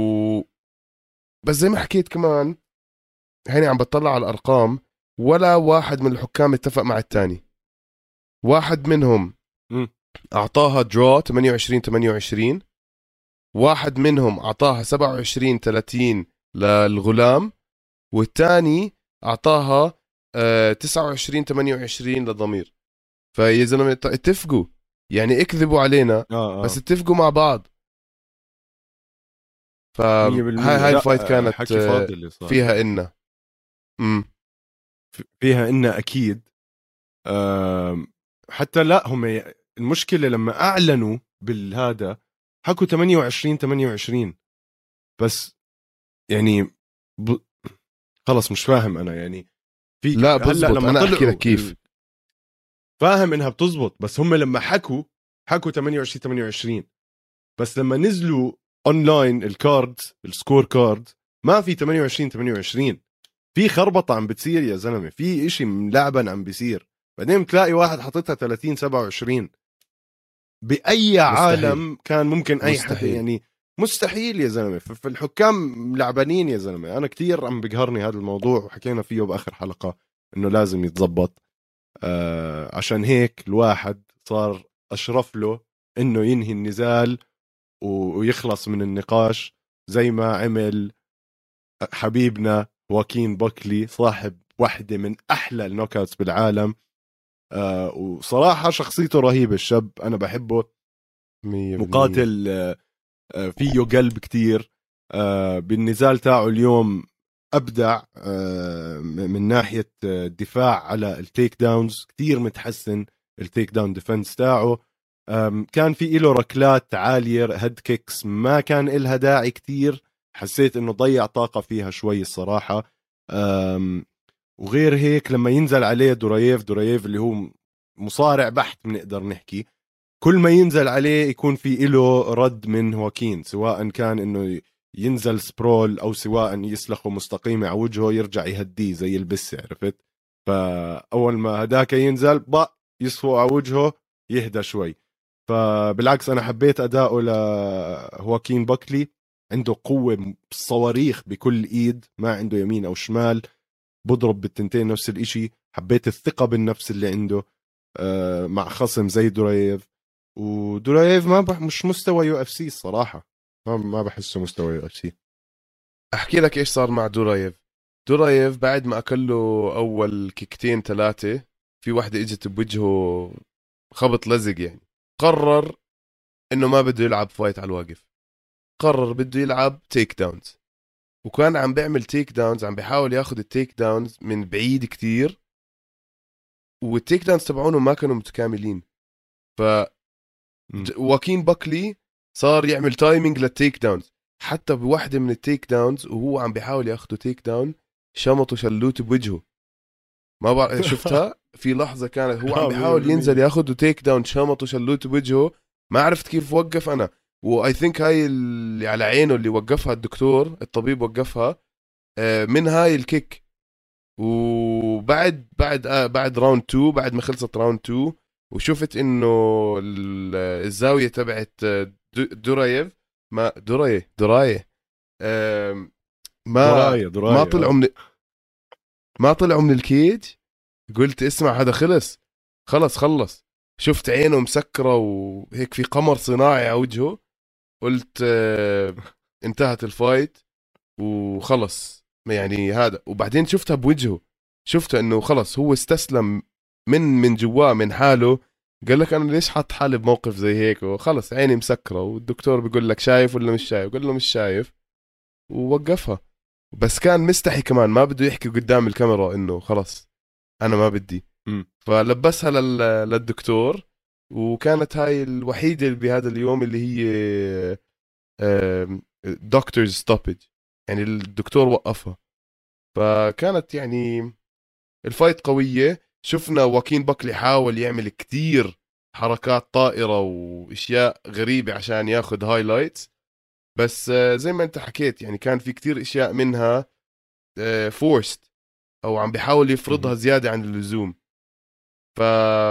بس زي ما حكيت كمان، هيني عم بطلع على الأرقام، ولا واحد من الحكام اتفق مع التاني. واحد منهم أعطاها درو ثمانية وعشرين ثمانية وعشرين، واحد منهم أعطاها سبعة وعشرين ثلاثين للغلام، والتاني أعطاها آه تسعة وعشرين ثمانية وعشرين للضمير. فيا زلمة اتفقوا، يعني اكذبوا علينا آه آه. بس اتفقوا مع بعض. فهاي هاي الفايت كانت حكي فاضي اللي صار. فيها إنا امم فيها إنا أكيد. حتى لا هم المشكلة لما أعلنوا بالهذا حكوا ثمانية وعشرين ثمانية وعشرين بس. يعني ب... خلص مش فاهم أنا يعني. في لا بزبط، لما أنا أحكي لك كيف. فاهم إنها بتزبط، بس هم لما حكوا حكوا ثمانية وعشرين ثمانية وعشرين، بس لما نزلوا اونلاين الكارد السكور كارد ما في ثمانية وعشرين ثمانية وعشرين، في خربطه عم بتصير يا زلمه، في إشي ملعبا عم بيصير. بعدين بتلاقي واحد حاططها ثلاثين سبعة وعشرين. باي مستحيل. عالم كان ممكن اي حد مستحيل. يعني مستحيل يا زلمه. في الحكام لعبانين يا زلمه. انا كتير عم بقهرني هذا الموضوع وحكينا فيه باخر حلقه انه لازم يتضبط. آه عشان هيك الواحد صار اشرف له انه ينهي النزال ويخلص من النقاش زي ما عمل حبيبنا واكين بوكلي صاحب واحدة من أحلى النوكاوتس بالعالم. آه وصراحة شخصيته رهيبة الشاب، أنا بحبه. مية بالمية. مقاتل آه فيه قلب كتير. آه بالنزال تاعه اليوم أبدع آه من ناحية الدفاع على التيك داونز، كتير متحسن التيك داون ديفنس تاعه. كان في إله ركلات عالية هيد كيكس ما كان إلها داعي كتير، حسيت إنه ضيع طاقة فيها شوي الصراحة. وغير هيك لما ينزل عليه دوراييف دوراييف اللي هو مصارع بحت بنقدر نحكي، كل ما ينزل عليه يكون في إله رد من هواكين، سواء كان إنه ينزل سبرول أو سواء يسلخه مستقيمة على وجهه يرجع يهديه زي البسة، عرفت؟ فأول ما هداك ينزل بق يصفو على وجهه يهدى شوي. فبالعكس أنا حبيت أداؤه لهواكين بوكلي، عنده قوة صواريخ بكل إيد، ما عنده يمين أو شمال، بضرب بالتنتين نفس الإشي. حبيت الثقة بالنفس اللي عنده آه مع خصم زي دوراييف. ودوراييف ما بح مش مستوى يو اف سي الصراحة، ما ما بحسه مستوى يو اف سي. احكي لك ايش صار مع دورايف. دورايف بعد ما اكله اول كيكتين ثلاثة، في واحدة اجت بوجهه خبط لزق يعني، قرر انه ما بده يلعب فايت على الواقف، قرر بده يلعب تيك داونز. وكان عم بيعمل تيك داونز، عم بيحاول ياخد التيك داونز من بعيد كتير، والتيك داونز تبعونه ما كانوا متكاملين. ف واكين باكلي صار يعمل تايمينج للتيك داونز، حتى بواحدة من التيك داونز وهو عم بيحاول ياخده تيك داون شمطه شلوت بوجهه. ما بعرف شفتها في لحظة كانت هو عم بيحاول ينزل ياخده تيك داون شمطه شلوت بوجهه، ما عرفت كيف وقف انا. واي ثينك هاي اللي على عينه اللي وقفها الدكتور الطبيب وقفها من هاي الكيك. وبعد بعد آه بعد راوند اتنين، بعد ما خلصت راوند اتنين وشفت انه الزاويه تبعت دورايف ما دوراي دوراي ما دراية دراية ما طلعوا من ما طلعوا من الكيج. قلت اسمع هذا خلص خلص خلص. شفت عينه مسكره وهيك في قمر صناعي على وجهه، قلت آه انتهت الفايت وخلص يعني هذا. وبعدين شفتها بوجهه، شفتها انه خلص هو استسلم من من جواه من حاله، قال لك انا ليش حط حالي بموقف زي هيك، وخلص عيني مسكره والدكتور بيقول لك شايف ولا مش شايف، قال له مش شايف ووقفها. بس كان مستحي كمان، ما بده يحكي قدام الكاميرا انه خلص انا ما بدي م. فلبسها لل... للدكتور. وكانت هاي الوحيدة بهذا اليوم اللي هي دكتورز ستوبج، يعني الدكتور وقفها. فكانت يعني الفايت قوية. شفنا واكين باكلي حاول يعمل كتير حركات طائرة وإشياء غريبة عشان ياخد هايلايتس، بس زي ما انت حكيت يعني كان في كتير إشياء منها فورست أو عم بيحاول يفرضها زيادة عن اللزوم. ف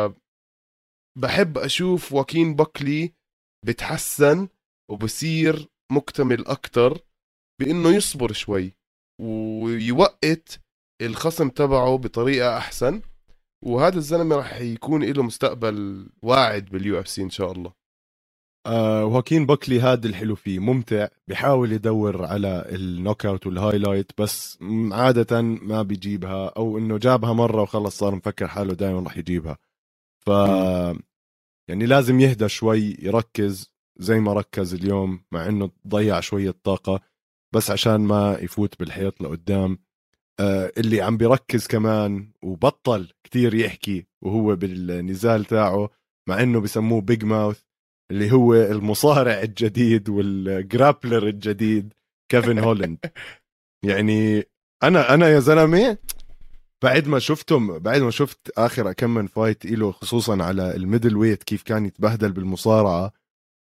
بحب أشوف واكين باكلي بتحسن وبصير مكتمل أكتر بإنه يصبر شوي ويوقت الخصم تبعه بطريقة أحسن. وهذا الزلمة راح يكون له مستقبل واعد باليو اف سي إن شاء الله. آه واكين باكلي هذا الحلو فيه ممتع، بيحاول يدور على النوك اوت والهايلايت بس عادة ما بيجيبها، أو إنه جابها مرة وخلص صار مفكر حاله دائما راح يجيبها. ف يعني لازم يهدى شوي يركز زي ما ركز اليوم، مع إنه ضيع شوية طاقة بس عشان ما يفوت بالحيط لقدام. آه اللي عم بيركز كمان وبطل كتير يحكي وهو بالنزال تاعه، مع انه بسموه بيج ماوث، اللي هو المصارع الجديد والجرابلر الجديد كيفن هولند. يعني انا انا يا زلمه بعد ما شفتهم بعد ما شفت اخر كم من فايت له خصوصا على الميدل ويت كيف كان يتبهدل بالمصارعه،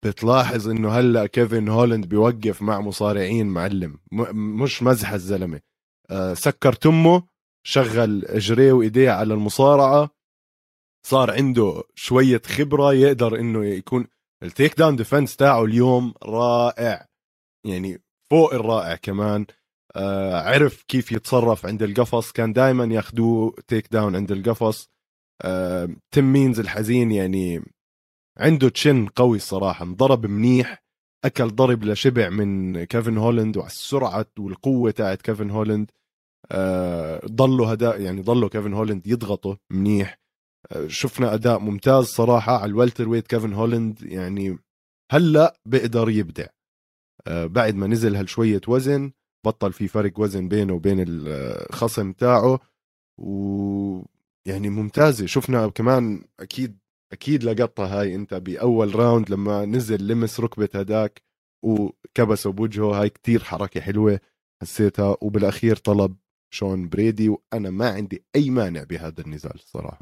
بتلاحظ انه هلا كيفن هولاند بيوقف مع مصارعين معلم، م- مش مزحه الزلمه. آه سكر تمه، شغل اجريه وايديه على المصارعه، صار عنده شويه خبره يقدر انه يكون التيك داون ديفنس تاعه اليوم رائع، يعني فوق الرائع كمان. آه عرف كيف يتصرف عند القفص، كان دائما ياخدوه تيك داون عند القفص. آه تيم مينز الحزين يعني عنده تشن قوي الصراحة، انضرب منيح، أكل ضرب لشبع من كيفن هولاند، وعلى السرعة والقوة تاعت كيفن هولاند. آه ضلوا هدا يعني ضلوا كيفن هولاند يضغطه منيح. آه شفنا أداء ممتاز صراحة على الوالتر ويت. كيفن هولاند يعني هلأ بيقدر يبدع. آه بعد ما نزل هالشوية وزن، بطل في فرق وزن بينه وبين الخصم تاعه، ويعني ممتازة. شفنا كمان أكيد اكيد لقطها هاي انت باول راوند لما نزل لمس ركبه هداك وكبسه بوجهه، هاي كتير حركه حلوه حسيتها. وبالاخير طلب شون بريدي، وانا ما عندي اي مانع بهذا النزال الصراحه.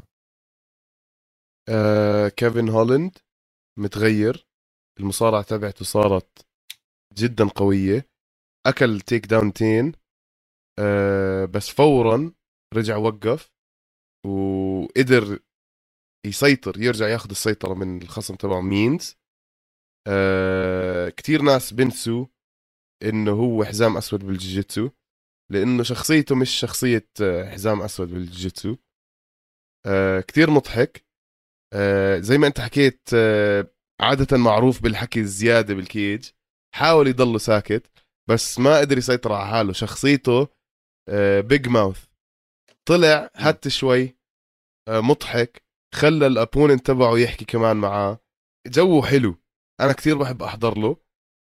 آه كيفن هولاند متغير، المصارعة تبعته صارت جدا قوية، أكل تيك داونتين آه بس فورا رجع وقف وقدر يسيطر، يرجع ياخذ السيطرة من الخصم تبعه مينز. آه كتير ناس بنسوا إنه هو حزام أسود بالجيجيتسو، لأنه شخصيته مش شخصية آه، حزام أسود بالجيجيتسو. آه كتير مضحك. آه زي ما أنت حكيت، آه عادة معروف بالحكي الزيادة بالكيج، حاول يضل ساكت بس ما قدر يسيطر على حاله. شخصيته آه بيج ماوث، طلع هت شوي، آه مضحك، خلى الأبوننت تبعه يحكي كمان معاه، جوه حلو. أنا كتير بحب أحضر له.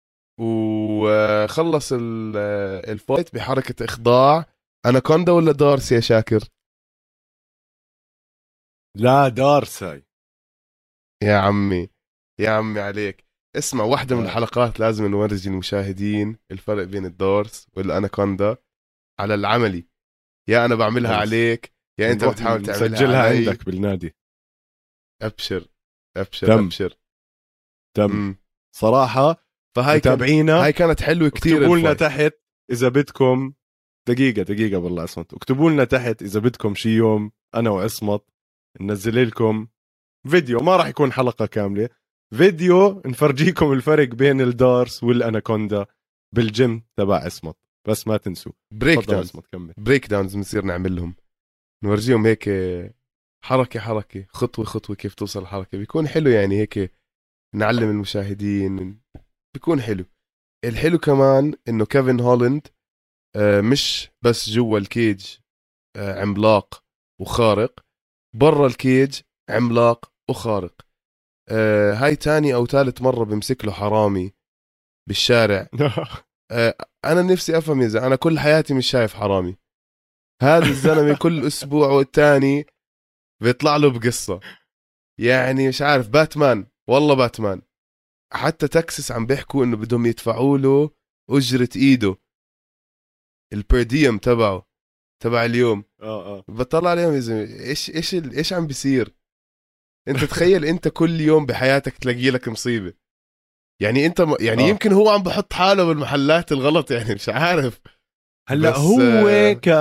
وخلص ال- آه، الفايت بحركة إخضاع. أناكوندا ولا دارس يا شاكر؟ لا دارساي. يا عمي، يا عمي عليك. اسمع، واحدة من لا الحلقات لازم نورجي المشاهدين الفرق بين الدورس والأناكوندا على العملي. يا أنا بعملها خلص عليك، يا أنت نروح بتحاول تعملها نسجلها علي. عندك بالنادي. أبشر أبشر تم أبشر. تم امم صراحه. فهاي كان متابعينا هاي كانت حلوة كتير اكتبوا لنا الفايت. تحت اذا بدكم. دقيقه دقيقه بالله عصمت، اكتبوا لنا تحت اذا بدكم شي يوم انا وعصمت ننزل لكم فيديو، ما راح يكون حلقة كاملة، فيديو نفرجيكم الفرق بين الدارس والأناكوندا بالجيم تبع عصمت. بس ما تنسوا. بريك تفضل داونز، عصمت كمل. بريك داونز بنصير نعمل لهم، نورجيهم هيك حركة حركة، خطوة خطوة، كيف توصل الحركة. بيكون حلو يعني هيك، نعلم المشاهدين، بيكون حلو. الحلو كمان انه كيفن هولاند آه، مش بس جوا الكيج آه، عملاق وخارق، برا الكيج عملاق وخارق. آه، هاي تاني او ثالث مرة بمسك له حرامي بالشارع. آه، انا نفسي افهم يا زلمة، انا كل حياتي مش شايف حرامي. هذا الزلمة كل اسبوع والتاني بيطلع له بقصة. يعني مش عارف، باتمان والله باتمان. حتى تكسس عم بيحكوا انه بدهم يدفعوا له اجرة ايده، البيرديوم تبعه تبع اليوم. اه اه بطلع عليهم يا زلمه، ايش ايش ال- ايش عم بيصير؟ انت تخيل انت كل يوم بحياتك تلاقي لك مصيبه. يعني انت م... يعني اه. يمكن هو عم بحط حاله بالمحلات الغلط، يعني مش عارف. هلا بس هو آه ك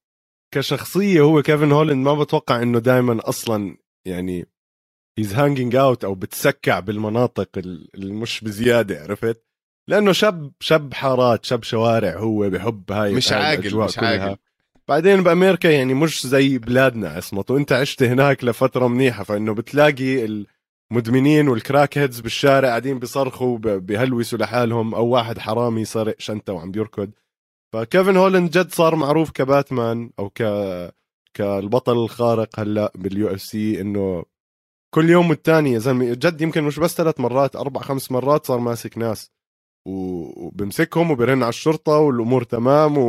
كشخصية، هو كيفن هولاند ما بتوقع انه دائما اصلا يعني هيز هانجينج اوت او بتسكع بالمناطق ال- المش بزيادة، عرفت؟ لانه شاب شاب حارات، شاب شوارع، هو بحب هاي مش هاي عاقل الاجواء مش عاقل. كلها. بعدين بامريكا يعني مش زي بلادنا عصمت، وانت عشت هناك لفتره منيحه، فانه بتلاقي المدمنين والكراك هيدز بالشارع قاعدين بيصرخوا ب- بيهلوسوا لحالهم، او واحد حرامي سرق شنطه وعم بيركض. فكيفن هولاند جد صار معروف كباتمان او ك كالبطل الخارق هلا باليو اف سي، انه كل يوم والتاني يا زلمه جد، يمكن مش بس ثلاث مرات، اربع خمس مرات صار ماسك ناس و- وبمسكهم وبرن على الشرطه والامور تمام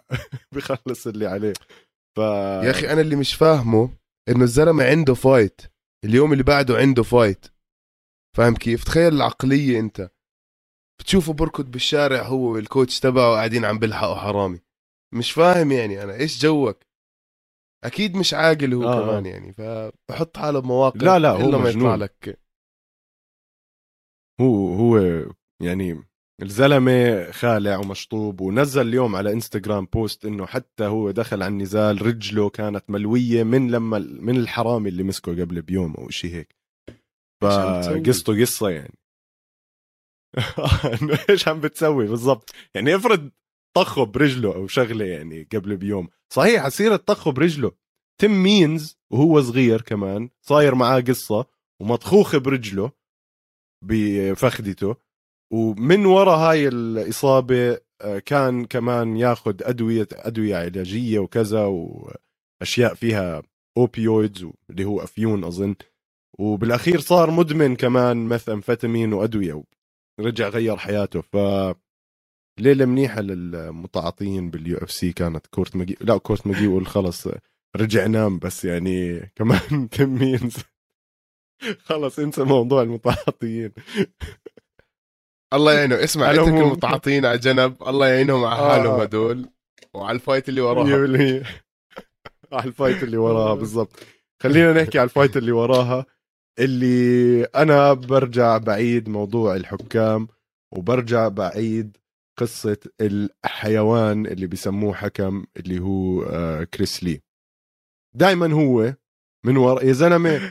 وبيخلص اللي عليه. ف يا اخي انا اللي مش فاهمه انه الزلمه عنده فايت، اليوم اللي بعده عنده فايت. فاهم كيف؟ تخيل العقليه، انت بتشوفه بركض بالشارع هو والكوتش تبعه قاعدين عم بيلحقوا حرامي. مش فاهم يعني انا ايش جوك. اكيد مش عاقل اه هو كمان اه يعني، فبحط حاله لا بمواقف لا هو الا ما يطلع مجنون. لك. هو هو يعني الزلمة خالع ومشطوب، ونزل اليوم على انستغرام بوست انه حتى هو دخل على النزال رجله كانت ملوية من لما من الحرامي اللي مسكه قبل بيوم او شيء هيك. ايش عم تسوي؟ فقصته قصة يعني. انه ايش عم بتسوي بالضبط؟ يعني افرض طخه برجله او شغله يعني قبل بيوم، صحيح حصير طخه برجله. تيم مينز وهو صغير كمان صاير معاه قصة ومطخوخ برجله بفخدته، ومن وراء هاي الإصابة كان كمان ياخد أدوية أدوية علاجية وكذا وأشياء فيها أوبيويدز اللي هو أفيون أظن، وبالأخير صار مدمن كمان مثامفيتامين وأدوية ورجع غير حياته. ف ليلة منيحة للمتعاطين باليو اف سي كانت. كورت ماجي لا كورت ماجي يقول خلص رجع نام، بس يعني كمان تمينز خلص انسى موضوع المتعاطيين. الله يعينه. اسمع، على اترك العموم المتعاطين على جنب، الله يعينهم على حالهم اه هدول وعلى الفايت اللي وراها. مية بالمية على الفايت اللي وراها بالضبط. خلينا نحكي على الفايت اللي وراها، اللي انا برجع بعيد موضوع الحكام وبرجع بعيد قصة الحيوان اللي بيسموه حكم اللي هو آه كريس لي. دايما هو من وراء يا زلمة.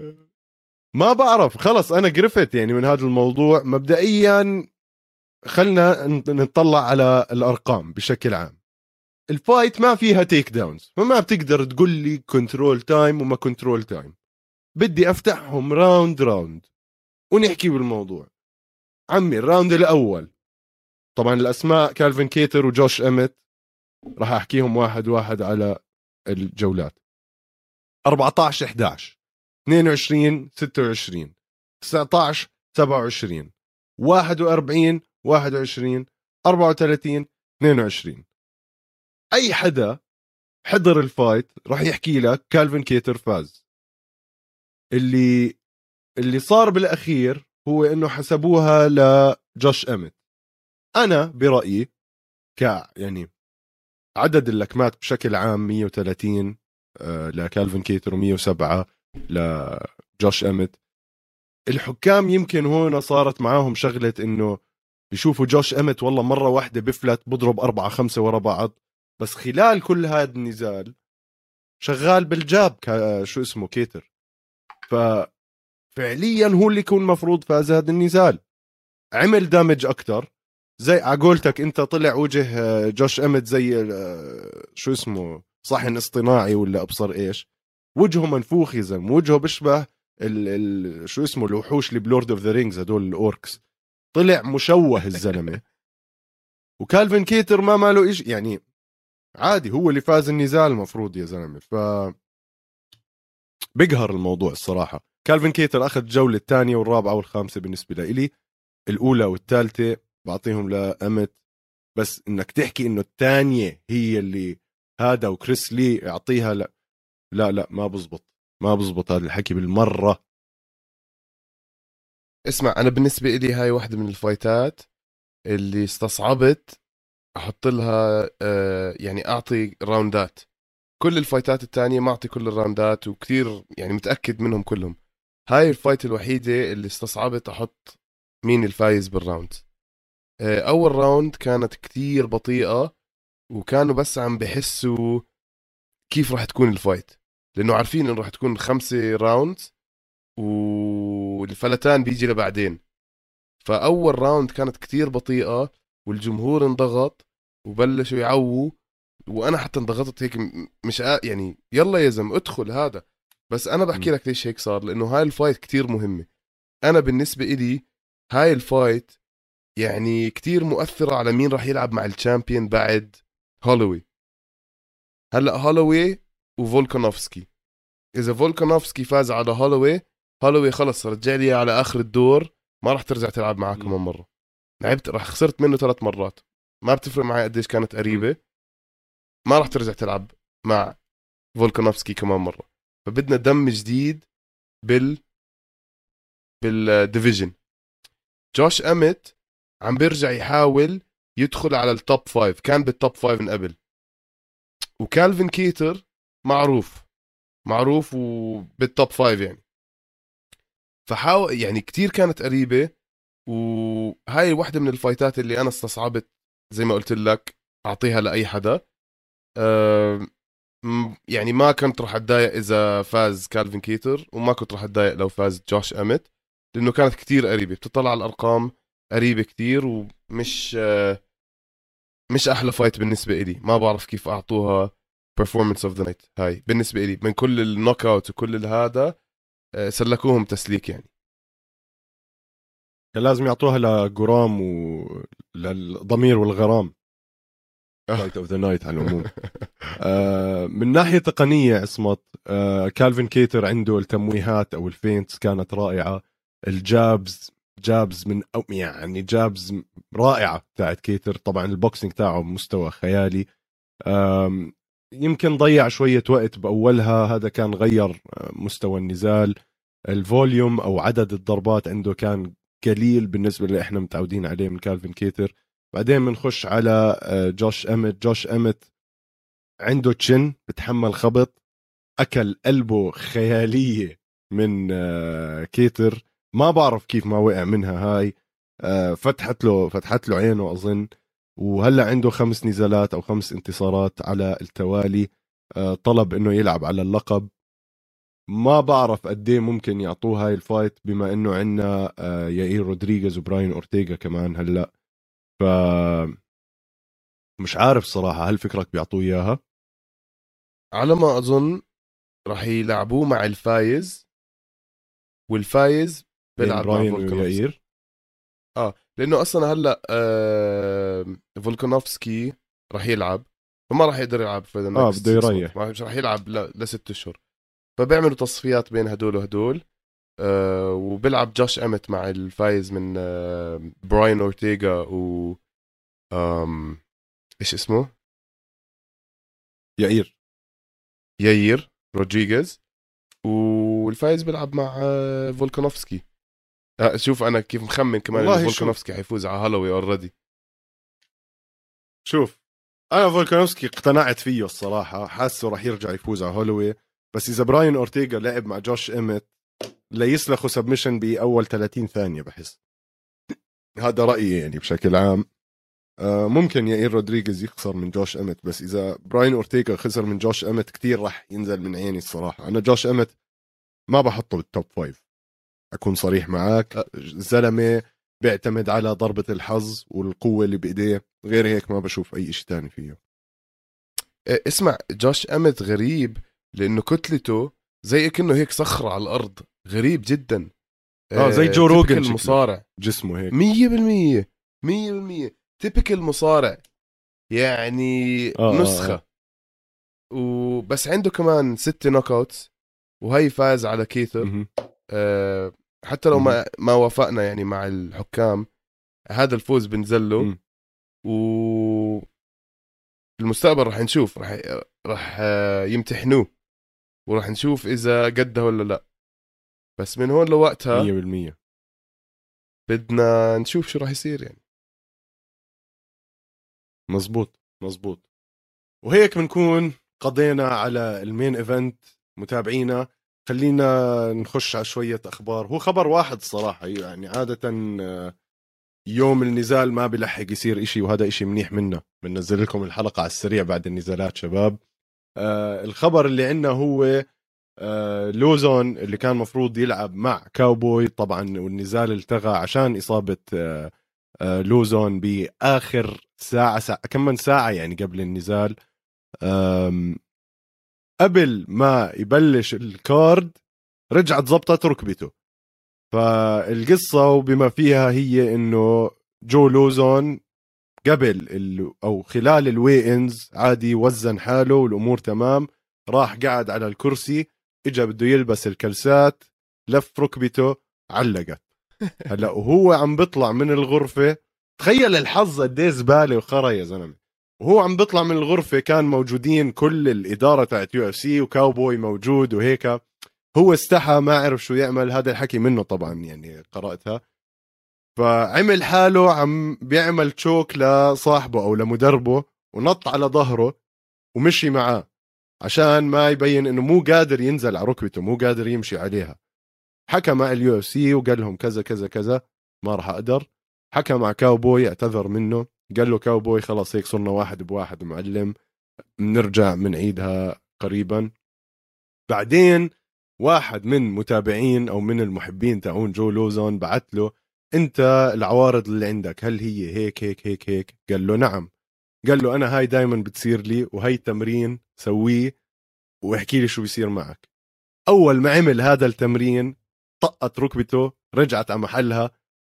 ما بعرف، خلص انا قرفت يعني من هذا الموضوع مبدئيا. خلنا نطلع على الارقام بشكل عام. الفايت ما فيها تيك داونز، فما بتقدر تقول لي كنترول تايم وما كنترول تايم. بدي افتحهم راوند راوند ونحكي بالموضوع. عمي الراوند الاول طبعا الاسماء كالفين كيتر وجوش اميت راح احكيهم واحد واحد على الجولات. أربعة عشر إحدى عشر اثنين وعشرين ستة وعشرين تسعة عشر سبعة وعشرين واحد وأربعين واحد وعشرين أربعة وثلاثين اثنين وعشرين. اي حدا حضر الفايت راح يحكي لك كالفين كيتر فاز. اللي اللي صار بالاخير هو انه حسبوها لجوش اميت. انا برايي ك يعني عدد اللكمات بشكل عام مية وثلاثين آه لكالفين كيتر و107 لجوش اميت. الحكام يمكن هون صارت معاهم شغله انه بيشوفوا جوش اميت والله مره واحده بفلت بضرب أربعة خمسة ورا بعض، بس خلال كل هذا النزال شغال بالجاب شو اسمه كيتر. ففعليا هو اللي يكون مفروض فاز هذا النزال، عمل دامج اكتر. زي عقولتك انت طلع وجه جوش امت زي شو اسمه صحن اصطناعي ولا ابصر ايش، وجهه منفوخ يا زلمه، وجهه بيشبه ال ال شو اسمه الوحوش اللي بلورد اوف ذا رينجز هدول الاوركس. طلع مشوه الزلمه. وكالفين كيتر ما ماله إيش يعني، عادي هو اللي فاز النزال المفروض يا زلمه. ف بقهر الموضوع الصراحه. كالفين كيتر اخذ الجوله الثانيه والرابعه والخامسه بالنسبه لي. الاولى والثالثه بعطيهم لامت، بس انك تحكي انه الثانيه هي اللي هذا وكريس لي يعطيها، لا لا لا ما بزبط، ما بزبط هذا الحكي بالمره. اسمع، انا بالنسبه لي هاي واحدة من الفايتات اللي استصعبت احط لها آه يعني اعطي راوندات. كل الفايتات التانية ما اعطي كل الراوندات وكثير يعني متاكد منهم كلهم. هاي الفايت الوحيده اللي استصعبت احط مين الفايز بالراوند. آه اول راوند كانت كثير بطيئه، وكانوا بس عم بحسوا كيف راح تكون الفايت، لانه عارفين انه راح تكون خمسة راوندز والفلتان بيجي لبعدين. فاول راوند كانت كتير بطيئه والجمهور انضغط وبلشوا يعووا، وانا حتى انضغطت هيك مش آ... يعني يلا يا زلمه ادخل هذا. بس انا بحكي لك ليش هيك صار، لانه هاي الفايت كتير مهمه. انا بالنسبه إلي هاي الفايت يعني كتير مؤثره على مين راح يلعب مع الشامبيون بعد هولوي. هلا هولوي وفولكانوفسكي، اذا فولكانوفسكي فاز على هولوي، هولوي خلص رجع لي على اخر الدور، ما راح ترجع تلعب معاه كمان مره. لعبت راح خسرت منه ثلاث مرات، ما بتفرق معي قديش كانت قريبه، ما راح ترجع تلعب مع فولكانوفسكي كمان مره. فبدنا دم جديد بال بالديفيجن. جوش اميت عم بيرجع يحاول يدخل على التوب فايف، كان بالتوب فايف من قبل. وكالفين كيتر معروف معروف وبالتوب فايف يعني. فحاول يعني كتير كانت قريبة، وهاي واحدة من الفايتات اللي أنا استصعبت زي ما قلت لك أعطيها لأي حدا. أه يعني ما كنت راح أتضايق إذا فاز كالفين كيتر، وما كنت راح أتضايق لو فاز جوش أميت، لأنه كانت كتير قريبة. بتطلع على الأرقام قريبة كتير، ومش أه مش أحلى فايت بالنسبة إلي. ما بعرف كيف أعطوها performance of the night هاي بالنسبة إلي. من كل النوك اوت وكل الهذا أه سلكوهم تسليك يعني. كان لازم يعطوها لجرام وللضمير والغرام فايت اوف ذا نايت على العموم. آه من ناحيه تقنيه عصمت، آه كالفين كيتر عنده التمويهات او الفينتس كانت رائعه. الجابز جابز من أو يعني جابز رائعه بتاعت كيتر. طبعا البوكسينج تاعه بمستوى خيالي. يمكن ضيع شويه وقت باولها، هذا كان غير مستوى النزال. الفوليوم او عدد الضربات عنده كان قليل بالنسبه اللي احنا متعودين عليه من كالفين كيتر. بعدين بنخش على جوش أميت. جوش أميت عنده تشن بتحمل خبط، أكل قلبه خيالية من كيتر. ما بعرف كيف ما وقع منها هاي. فتحت له فتحت له عينه أظن. وهلأ عنده خمس نزالات أو خمس انتصارات على التوالي. طلب إنه يلعب على اللقب. ما بعرف قديه ممكن يعطوه هاي الفايت، بما إنه عنا يائير رودريغيز وبراين أورتيغا كمان هلأ. ف مش عارف صراحة، هل فكرك بيعطوه إياها؟ على ما أظن راح يلعبوه مع الفايز، والفايز بيلعب مع براين فولكانوفسكي. ويائير. اه لانه اصلا هلا آه فولكانوفسكي راح يلعب، فما راح يقدر يلعب في اه بده يريح. مش راح يلعب ل... لست اشهر. فبيعملوا تصفيات بين هدول وهدول. آه وبيلعب جوش أميت مع الفايز من آه براين اورتيغا و آم... ايش اسمه؟ يائير يائير رودريغيز. والفايز بيلعب مع آه فولكانوفسكي. آه شوف انا كيف مخمن كمان انه فولكانوفسكي حيفوز على هالوي اوريدي. شوف انا فولكانوفسكي اقتنعت فيه الصراحه، حاسه راح يرجع يفوز على هولوي. بس اذا براين اورتيغا لعب مع جوش إميت ليسلخوا سبمشن باول ثلاثين ثانيه بحس. هذا رايي يعني بشكل عام. آه ممكن يائير رودريغيز يخسر من جوش إميت، بس اذا براين اورتيغا خسر من جوش إميت كتير راح ينزل من عيني الصراحه. انا جوش إميت ما بحطه بالتوب فايف، اكون صريح معك. زلمه بيعتمد على ضربه الحظ والقوه اللي بايديه، غير هيك ما بشوف اي شيء تاني فيه. اسمع جوش أميت غريب لانه كتلته زي كأنه هيك صخرة على الارض، غريب جدا. اه زي جو روجن المصارع جسمه هيك مية بالمية مية بالمية تيبيكال مصارع يعني. آه نسخة. آه آه. وبس عنده كمان ست نوك اوتس، وهي فاز على كيثر. أه حتى لو ما ما وافقنا يعني مع الحكام، هذا الفوز بنزل له. و المستقبل راح نشوف، راح راح يمتحنوه، وراح نشوف اذا قده ولا لا. بس من هون لوقتها مية بالمية بدنا نشوف شو راح يصير يعني. مزبوط مزبوط. وهيك بنكون قضينا على المين ايفنت. متابعينا خلينا نخش على شوية أخبار. هو خبر واحد صراحة، يعني عادة يوم النزال ما بلحق يصير إشي، وهذا إشي منيح منا. بننزل لكم الحلقة على السريع بعد النزالات شباب. آه الخبر اللي عنا هو آه لوزون اللي كان مفروض يلعب مع كاوبوي طبعا، والنزال التغى عشان إصابة آه آه لوزون بآخر ساعة, ساعة كم من ساعة يعني قبل النزال. قبل ما يبلش الكارد رجعت زبطت ركبته. فالقصة وبما فيها هي انه جو لوزون قبل ال او خلال الوينز عادي وزن حاله والامور تمام، راح قعد على الكرسي، اجا بده يلبس الكلسات، لف ركبته علقت. هلا وهو عم بيطلع من الغرفة، تخيل الحظ قديه زبالة وخرا يا زلمة. وهو عم بيطلع من الغرفة كان موجودين كل الإدارة تاعت يو اف سي وكاوبوي موجود وهيك. هو استحى ما عرف شو يعمل. هذا الحكي منه طبعا يعني قرأتها. فعمل حاله عم بيعمل تشوك لصاحبه أو لمدربه، ونط على ظهره ومشي معاه عشان ما يبين انه مو قادر ينزل على ركبته، مو قادر يمشي عليها. حكى مع اليو اف سي وقال لهم كذا كذا كذا، ما راح اقدر. حكى مع كاوبوي، اعتذر منه، قال له كاوبوي خلاص هيك صرنا واحد بواحد معلم، بنرجع بنعيدها قريبا. بعدين واحد من متابعين او من المحبين تاعون جو لوزون بعت له انت العوارض اللي عندك هل هي هيك هيك هيك هيك؟ قال له نعم. قال له انا هاي دائما بتصير لي وهي تمرين سويه واحكي لي شو بيصير معك. اول ما عمل هذا التمرين طقت ركبته، رجعت على محلها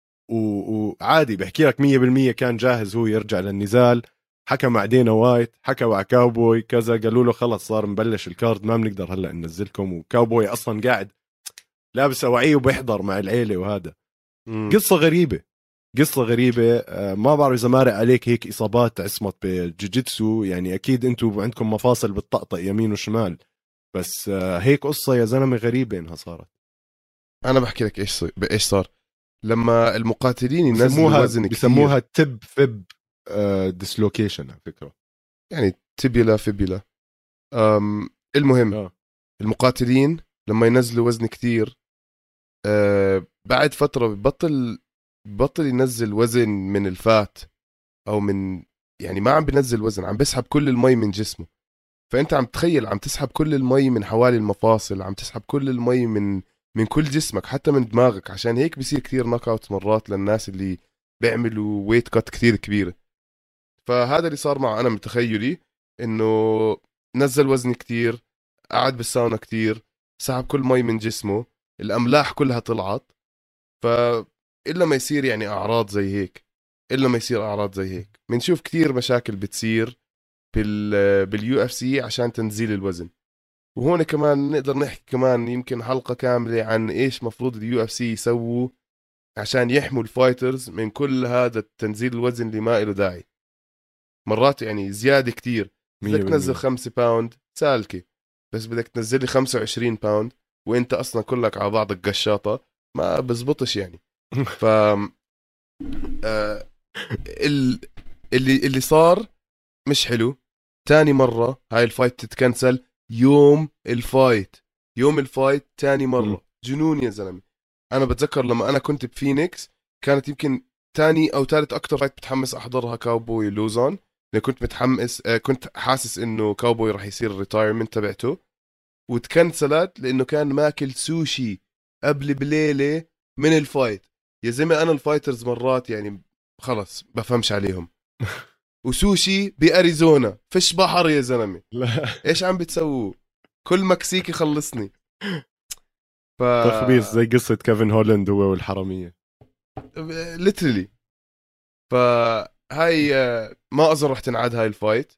وعادي بحكي لك مية بالمية كان جاهز هو يرجع للنزال. حكى مع دينا وايت، حكى مع كاوبوي كذا، قالوا له خلص صار مبلش الكارد ما بنقدر هلا ننزلكم. وكاوبوي اصلا قاعد لابس أوعيه وبيحضر مع العيله. وهذا مم. قصه غريبه، قصه غريبه. ما بعرف اذا مارق عليك هيك اصابات عصمت بالجوجيتسو، يعني اكيد انتم عندكم مفاصل بالطقطق يمين وشمال، بس هيك قصه يا زلمه غريبه انها صارت. انا بحكي لك ايش صار ايش صار لما المقاتلين ينزلوا بسموها وزن بسموها كتير. تب فيب ديسلوكيشن على فكره، يعني تبيلا فيبيلا. أم المهم اه المقاتلين لما ينزلوا وزن كتير أه بعد فترة ببطل ببطل ينزل وزن من الفات او من، يعني ما عم بنزل وزن، عم بسحب كل المي من جسمه. فانت عم تخيل عم تسحب كل المي من حوالي المفاصل، عم تسحب كل المي من من كل جسمك حتى من دماغك. عشان هيك بصير كتير نوك اوت مرات للناس اللي بيعملوا ويت كات كتير كبيرة. فهذا اللي صار معه انا من تخيلي، انه نزل وزن كتير، قعد بالساونا كتير، سحب كل مي من جسمه، الاملاح كلها طلعت. فإلا ما يصير يعني اعراض زي هيك، الا ما يصير اعراض زي هيك بنشوف كتير مشاكل بتصير بال باليو اف سي عشان تنزيل الوزن. وهون كمان نقدر نحكي كمان يمكن حلقة كاملة عن ايش مفروض اليو اف سي يسووا عشان يحموا الفايترز من كل هذا التنزيل الوزن اللي ما له داعي. مرات يعني زيادة كتير، بدك تنزل خمسة باوند سالكة، بس بدك تنزل لي خمسة وعشرين باوند وانت اصلا كلك على بعضك قشاطة، ما بزبطش يعني. ف آه ال... اللي اللي صار مش حلو. تاني مرة هاي الفايت تتكنسل يوم الفايت، يوم الفايت تاني مرة. جنون يا زلمة. أنا بتذكر لما أنا كنت بفينيكس كانت يمكن تاني أو تالت أكتر فايت بتحمس أحضرها كاوبوي لوزون، لأن كنت متحمس، كنت حاسس إنه كاوبوي رح يصير الريتايرمنت تبعته، وتكنسلت لأنه كان ماكل سوشي قبل بليلة من الفايت. يا زلمة أنا الفايترز مرات يعني خلص بفهمش عليهم. وسوشي بأريزونا فيش بحر يا زلمة، لا ايش عم بتسووا؟ كل مكسيكي خلصني. ف تخبيص زي قصة كيفن هولاند هو والحرامية ليترلي. فهاي ما اظن رح تنعاد هاي الفايت.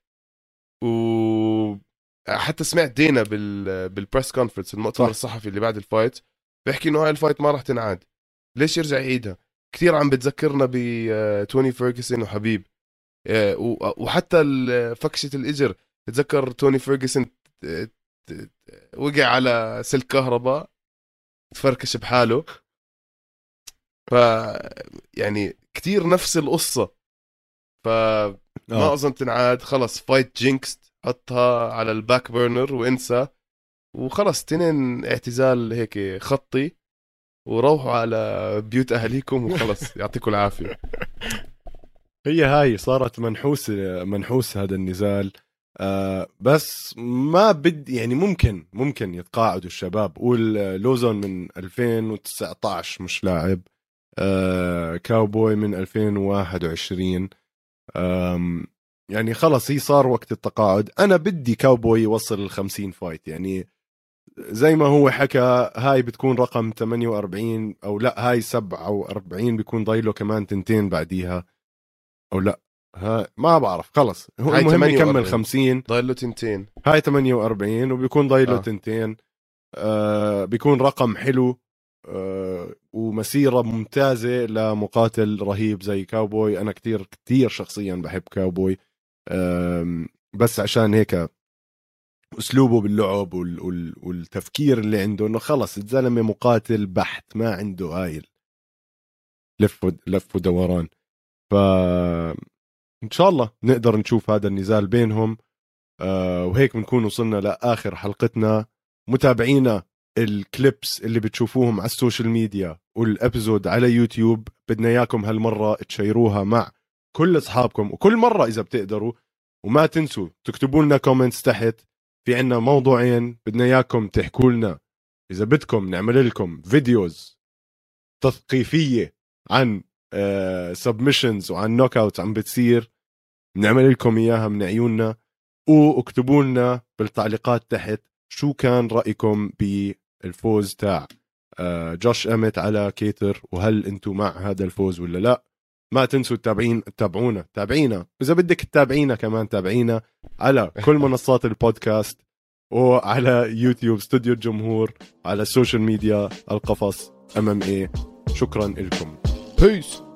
وحتى سمعت دينا بال بالبريس كونفرنس المؤتمر الصحفي اللي بعد الفايت بيحكي انه هاي الفايت ما رح تنعاد. ليش يرجع يعيدها؟ كثير عم بتذكرنا بتوني فيرغسون وحبيب، وحتى فكشة الإجر. تذكر توني فيرغسون وقع على سلك كهرباء تفركش بحاله. ف يعني كتير نفس القصة. فما آه. أظن تنعاد، خلص فايت جينكست حطها على الباك بيرنر وانسى، وخلص تنين اعتزال هيك خطي، وروحوا على بيوت أهليكم وخلص يعطيكم العافية. هي هاي صارت منحوس منحوس هذا النزال. آه بس ما بدي يعني ممكن ممكن يتقاعدوا الشباب. قول لوزون من ألفين وتسعطعش مش لاعب، آه كاوبوي من ألفين وواحد وعشرين. يعني خلص هي صار وقت التقاعد. أنا بدي كاوبوي يوصل الخمسين فايت، يعني زي ما هو حكى هاي بتكون رقم ثمانية وأربعين أو لا هاي سبعة وأربعين، بيكون ضايله كمان تنتين بعديها أو لا، ها ما بعرف. خلص هو المهم يكمل خمسين، ضايله تنتين. هاي ثمانية وأربعين وبيكون ضايله آه. تنتين. آه بيكون رقم حلو، آه ومسيرة ممتازة لمقاتل رهيب زي كاوبوي. أنا كتير كتير شخصيا بحب كاوبوي، آه بس عشان هيك أسلوبه باللعب وال وال والتفكير اللي عنده، إنه خلص الزلمة مقاتل بحت، ما عنده هاي لف لف ودوران. ف إن شاء الله نقدر نشوف هذا النزال بينهم. آه وهيك بنكون وصلنا لآخر حلقتنا. متابعينا الكليبس اللي بتشوفوهم على السوشيال ميديا والابيزود على يوتيوب بدنا اياكم هالمرة تشيروها مع كل اصحابكم وكل مرة اذا بتقدروا. وما تنسوا تكتبوا لنا كومنتس تحت، في عنا موضوعين بدنا اياكم تحكوا لنا اذا بدكم نعمل لكم فيديوز تثقيفية عن سبمشنز uh, وعن نوك اوت عم بتصير، نعمل لكم اياها من عيوننا. واكتبوا لنا بالتعليقات تحت شو كان رأيكم بالفوز تاع uh, جوش أمت على كيتر، وهل انتم مع هذا الفوز ولا لا. ما تنسوا تتابعين تتابعونا تابعينا اذا بدك تتابعينا كمان تابعينا على كل منصات البودكاست وعلى يوتيوب استوديو الجمهور، على السوشيال ميديا القفص ام ام اي. شكرا لكم. بيس.